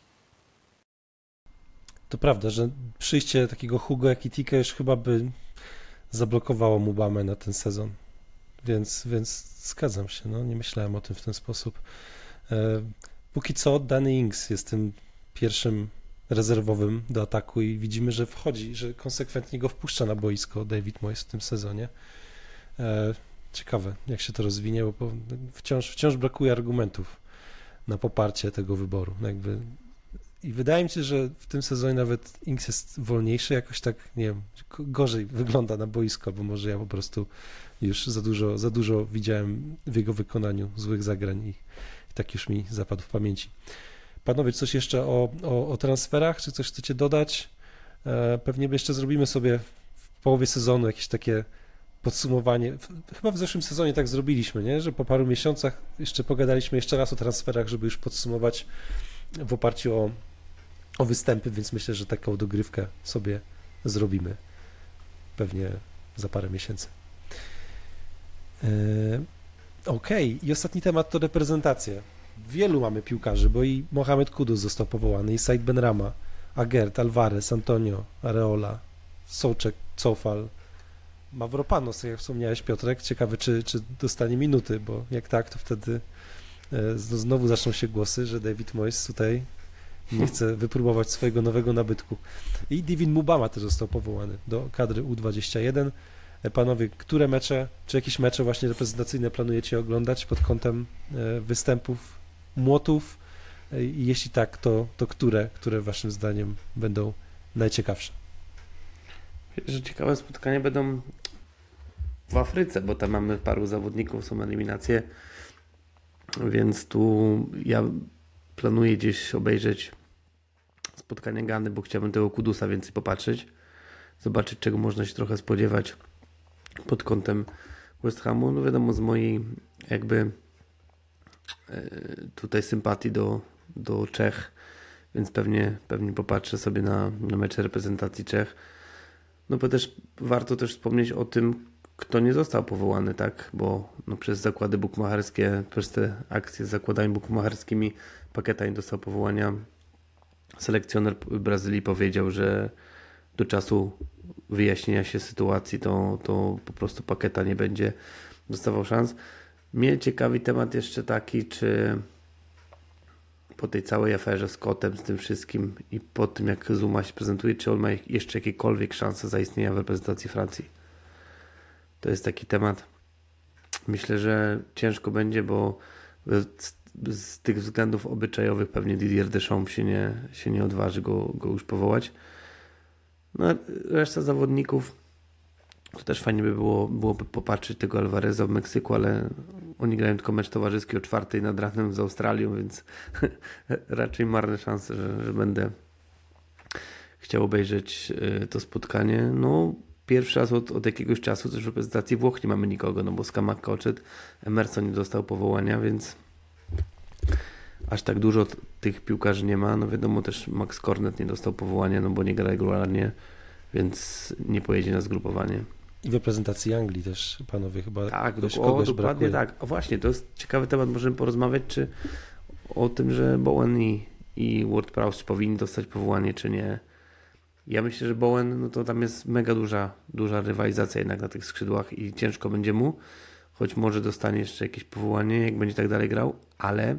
To prawda, że przyjście takiego Hugo Ekitika już chyba by zablokowało Mubamę na ten sezon. Więc, więc zgadzam się, no nie myślałem o tym w ten sposób. E, póki co Danny Ings jest tym pierwszym rezerwowym do ataku i widzimy, że wchodzi, że konsekwentnie go wpuszcza na boisko David Moyes w tym sezonie. Ciekawe, jak się to rozwinie, bo wciąż, wciąż brakuje argumentów na poparcie tego wyboru. Jakby... I wydaje mi się, że w tym sezonie nawet Ings jest wolniejszy, jakoś tak, nie wiem, gorzej wygląda na boisko, bo może ja po prostu już za dużo, za dużo widziałem w jego wykonaniu złych zagrań i, i tak już mi zapadł w pamięci. Panowie, coś jeszcze o, o, o transferach? Czy coś chcecie dodać? Pewnie jeszcze zrobimy sobie w połowie sezonu jakieś takie podsumowanie. Chyba w zeszłym sezonie tak zrobiliśmy, nie? Że po paru miesiącach jeszcze pogadaliśmy jeszcze raz o transferach, żeby już podsumować w oparciu o, o występy, więc myślę, że taką dogrywkę sobie zrobimy pewnie za parę miesięcy. Yy, Okej, okay. I ostatni temat to reprezentacje. Wielu mamy piłkarzy, bo i Mohamed Kudus został powołany, i Said Benrahma, Agert, Alvarez, Antonio, Areola, Souček, Coufal, Mavropanos, jak wspomniałeś, Piotrek. Ciekawy, czy, czy dostanie minuty, bo jak tak, to wtedy znowu zaczną się głosy, że David Moyes tutaj nie chce wypróbować swojego nowego nabytku. I David Mubama też został powołany do kadry U dwadzieścia jeden. Panowie, które mecze, czy jakieś mecze właśnie reprezentacyjne planujecie oglądać pod kątem występów młotów? I jeśli tak, to, to które, które waszym zdaniem będą najciekawsze? Że ciekawe spotkania będą w Afryce, bo tam mamy paru zawodników, są eliminacje, więc tu ja planuję gdzieś obejrzeć spotkanie Gany, bo chciałbym tego Kudusa więcej popatrzeć. Zobaczyć, czego można się trochę spodziewać pod kątem West Hamu. No wiadomo, z mojej jakby tutaj sympatii do, do Czech, więc pewnie, pewnie popatrzę sobie na, na mecze reprezentacji Czech. No bo też warto też wspomnieć o tym, kto nie został powołany, tak? Bo no, przez zakłady bukmacherskie, przez te akcje z zakładami bukmacherskimi Paqueta nie dostał powołania. Selekcjoner Brazylii powiedział, że do czasu wyjaśnienia się sytuacji to, to po prostu Paqueta nie będzie dostawał szans. Mnie ciekawi temat jeszcze taki, czy po tej całej aferze z Kotem, z tym wszystkim i po tym, jak Zuma się prezentuje, czy on ma jeszcze jakiekolwiek szanse zaistnienia w reprezentacji Francji. To jest taki temat. Myślę, że ciężko będzie, bo z, z tych względów obyczajowych pewnie Didier Deschamps się nie, się nie odważy go, go już powołać. No, reszta zawodników to też fajnie by było byłoby popatrzeć tego Alvareza w Meksyku, ale oni grają tylko mecz towarzyski o czwartej nad ranem z Australią, więc raczej marne szanse, że, że będę chciał obejrzeć to spotkanie. No, pierwszy raz od, od jakiegoś czasu też w reprezentacji Włoch nie mamy nikogo, no bo Scamacca odszedł, Emerson nie dostał powołania, więc aż tak dużo tych piłkarzy nie ma. No wiadomo, też Max Cornet nie dostał powołania, no bo nie gra regularnie, więc nie pojedzie na zgrupowanie. I w reprezentacji Anglii też panowie chyba tak, kogoś, o, kogoś dokładnie brakuje. tak. O właśnie, to jest ciekawy temat, możemy porozmawiać, czy o tym, że Bowen i, i Ward-Prowse powinni dostać powołanie, czy nie. Ja myślę, że Bowen, no to tam jest mega duża, duża rywalizacja jednak na tych skrzydłach i ciężko będzie mu, choć może dostanie jeszcze jakieś powołanie, jak będzie tak dalej grał, ale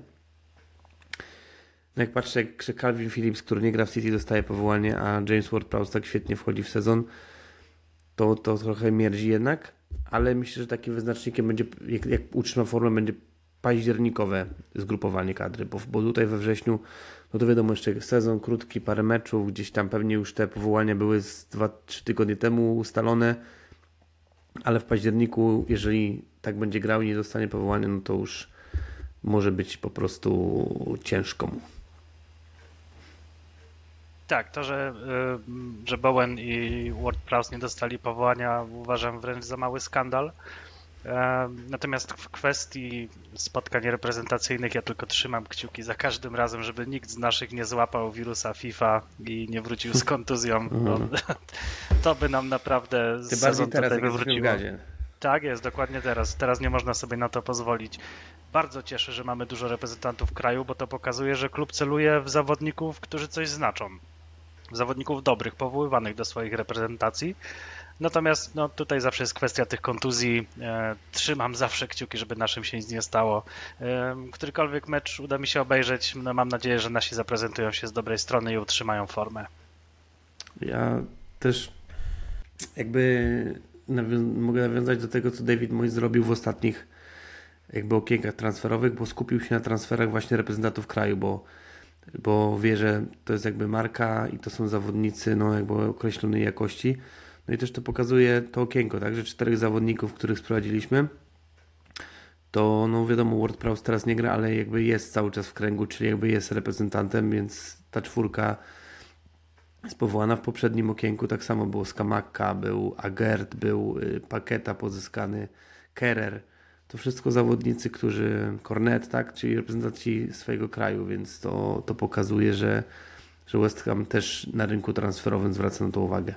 no jak patrzę, jak Calvin Phillips, który nie gra w City, dostaje powołanie, a James Ward-Prowse tak świetnie wchodzi w sezon, to, to trochę mierzi jednak, ale myślę, że takim wyznacznikiem będzie, jak, jak utrzyma formę, będzie październikowe zgrupowanie kadry, bo, bo tutaj we wrześniu, no to wiadomo, jeszcze sezon krótki, parę meczów, gdzieś tam pewnie już te powołania były z dwa trzy tygodnie temu ustalone, ale w październiku, jeżeli tak będzie grał i nie dostanie powołania, no to już może być po prostu ciężko mu. Tak, to, że, że Bowen i Ward-Prowse nie dostali powołania, uważam wręcz za mały skandal. Natomiast w kwestii spotkań reprezentacyjnych ja tylko trzymam kciuki za każdym razem, żeby nikt z naszych nie złapał wirusa FIFA i nie wrócił z kontuzją. No, to by nam naprawdę Ty sezon teraz, tutaj wywróciło. gazie. Tak jest, dokładnie teraz. Teraz nie można sobie na to pozwolić. Bardzo cieszę, że mamy dużo reprezentantów w kraju, bo to pokazuje, że klub celuje w zawodników, którzy coś znaczą. W zawodników dobrych, powoływanych do swoich reprezentacji. Natomiast no, tutaj zawsze jest kwestia tych kontuzji. E, trzymam zawsze kciuki, żeby naszym się nic nie stało. E, którykolwiek mecz uda mi się obejrzeć, no, mam nadzieję, że nasi zaprezentują się z dobrej strony i utrzymają formę. Ja też jakby nawią- mogę nawiązać do tego, co David Moyes zrobił w ostatnich jakby okienkach transferowych, bo skupił się na transferach właśnie reprezentantów kraju, bo bo wie, że to jest jakby marka i to są zawodnicy no jakby określonej jakości. No i też to pokazuje to okienko, tak, że czterech zawodników, których sprowadziliśmy, to no wiadomo, Ward-Prowse teraz nie gra, ale jakby jest cały czas w kręgu, czyli jakby jest reprezentantem, więc ta czwórka jest powołana w poprzednim okienku. Tak samo było Scamacca, był Agert, był Paqueta pozyskany, Kerrer. To wszystko zawodnicy, którzy Cornet, tak, czyli reprezentanci swojego kraju, więc to, to pokazuje, że, że West Ham też na rynku transferowym zwraca na to uwagę.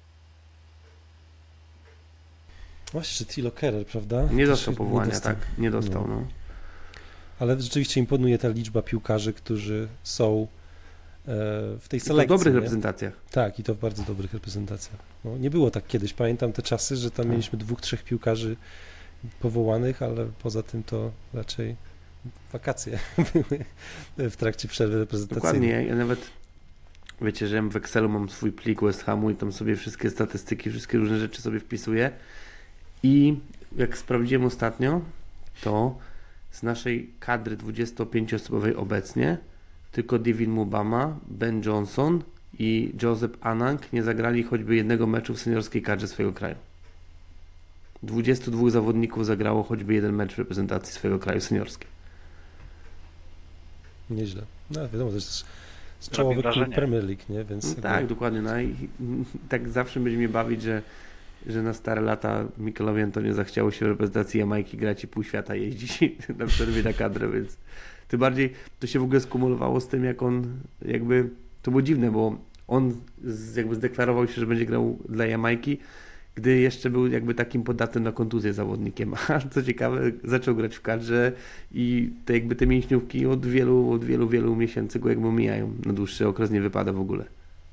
Właśnie, że Thilo Kerrer, prawda? Nie Też dostał powołania, nie dostał. tak, nie dostał. No. No. Ale rzeczywiście imponuje ta liczba piłkarzy, którzy są w tej I to selekcji. w dobrych nie? reprezentacjach. Tak, i to w bardzo dobrych reprezentacjach. No, nie było tak kiedyś. Pamiętam te czasy, że tam tak. mieliśmy dwóch, trzech piłkarzy powołanych, ale poza tym to raczej wakacje były w trakcie przerwy reprezentacyjnej. Dokładnie, ja nawet wiecie, że ja w Excelu mam swój plik West Hamu i tam sobie wszystkie statystyki, wszystkie różne rzeczy sobie wpisuję i jak sprawdziłem ostatnio, to z naszej kadry dwudziestopięcioosobowej obecnie tylko David Mubama, Ben Johnson i Joseph Anang nie zagrali choćby jednego meczu w seniorskiej kadrze swojego kraju. dwudziestu dwóch zawodników zagrało choćby jeden mecz w reprezentacji swojego kraju seniorskiej. Nieźle. No wiadomo, to jest z czołowy klub Premier League, nie? Więc no jakby... Tak, dokładnie. No i tak zawsze będzie mnie bawić, że, że na stare lata Mikelowi Antonio zachciało się w reprezentacji Jamajki grać i pół świata jeździć na przerwie na kadrę, więc tym bardziej to się w ogóle skumulowało z tym, jak on jakby, to było dziwne, bo on z, jakby zdeklarował się, że będzie grał dla Jamajki, gdy jeszcze był jakby takim podatnym na kontuzję zawodnikiem, a co ciekawe zaczął grać w kadrze i te jakby te mięśniówki od wielu, od wielu, wielu miesięcy go jakby mijają, na dłuższy okres nie wypada w ogóle.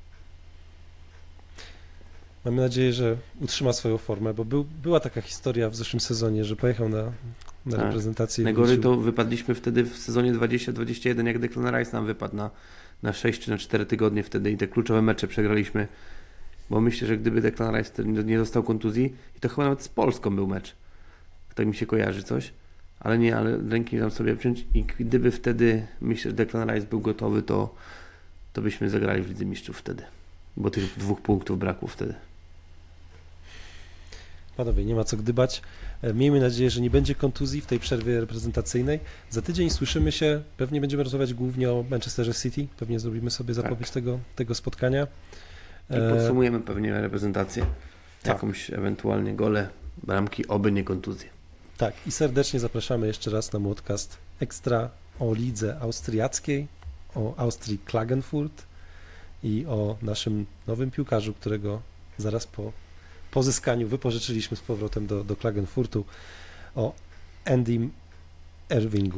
Mamy nadzieję, że utrzyma swoją formę, bo był, była taka historia w zeszłym sezonie, że pojechał na, na tak. reprezentację. Najgorzej to wypadliśmy wtedy w sezonie dwadzieścia dwadzieścia jeden, jak Declan Rice nam wypadł na, na sześć czy na cztery tygodnie wtedy i te kluczowe mecze przegraliśmy. Bo myślę, że gdyby Declan Rice nie dostał kontuzji, i to chyba nawet z Polską był mecz, tak mi się kojarzy coś, ale nie, ale ręki tam sobie wziąć i gdyby wtedy, myślę, że Declan Rice był gotowy, to, to byśmy zagrali w Lidze Mistrzów wtedy, bo tych dwóch punktów brakło wtedy. Panowie, nie ma co gdybać. Miejmy nadzieję, że nie będzie kontuzji w tej przerwie reprezentacyjnej. Za tydzień słyszymy się, pewnie będziemy rozmawiać głównie o Manchesterze City, pewnie zrobimy sobie zapowiedź tak. tego, tego spotkania. I podsumujemy pewnie reprezentację, tak. jakąś ewentualnie gole, bramki, oby nie kontuzje. Tak, i serdecznie zapraszamy jeszcze raz na podcast Ekstra o lidze austriackiej, o Austrii Klagenfurt i o naszym nowym piłkarzu, którego zaraz po pozyskaniu wypożyczyliśmy z powrotem do, do Klagenfurtu, o Andym Irvingu.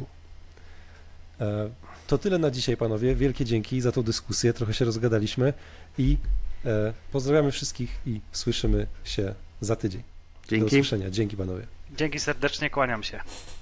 To tyle na dzisiaj, panowie. Wielkie dzięki za tą dyskusję, trochę się rozgadaliśmy i pozdrawiamy wszystkich i słyszymy się za tydzień. Dzięki. Do usłyszenia. Dzięki, panowie. Dzięki serdecznie, kłaniam się.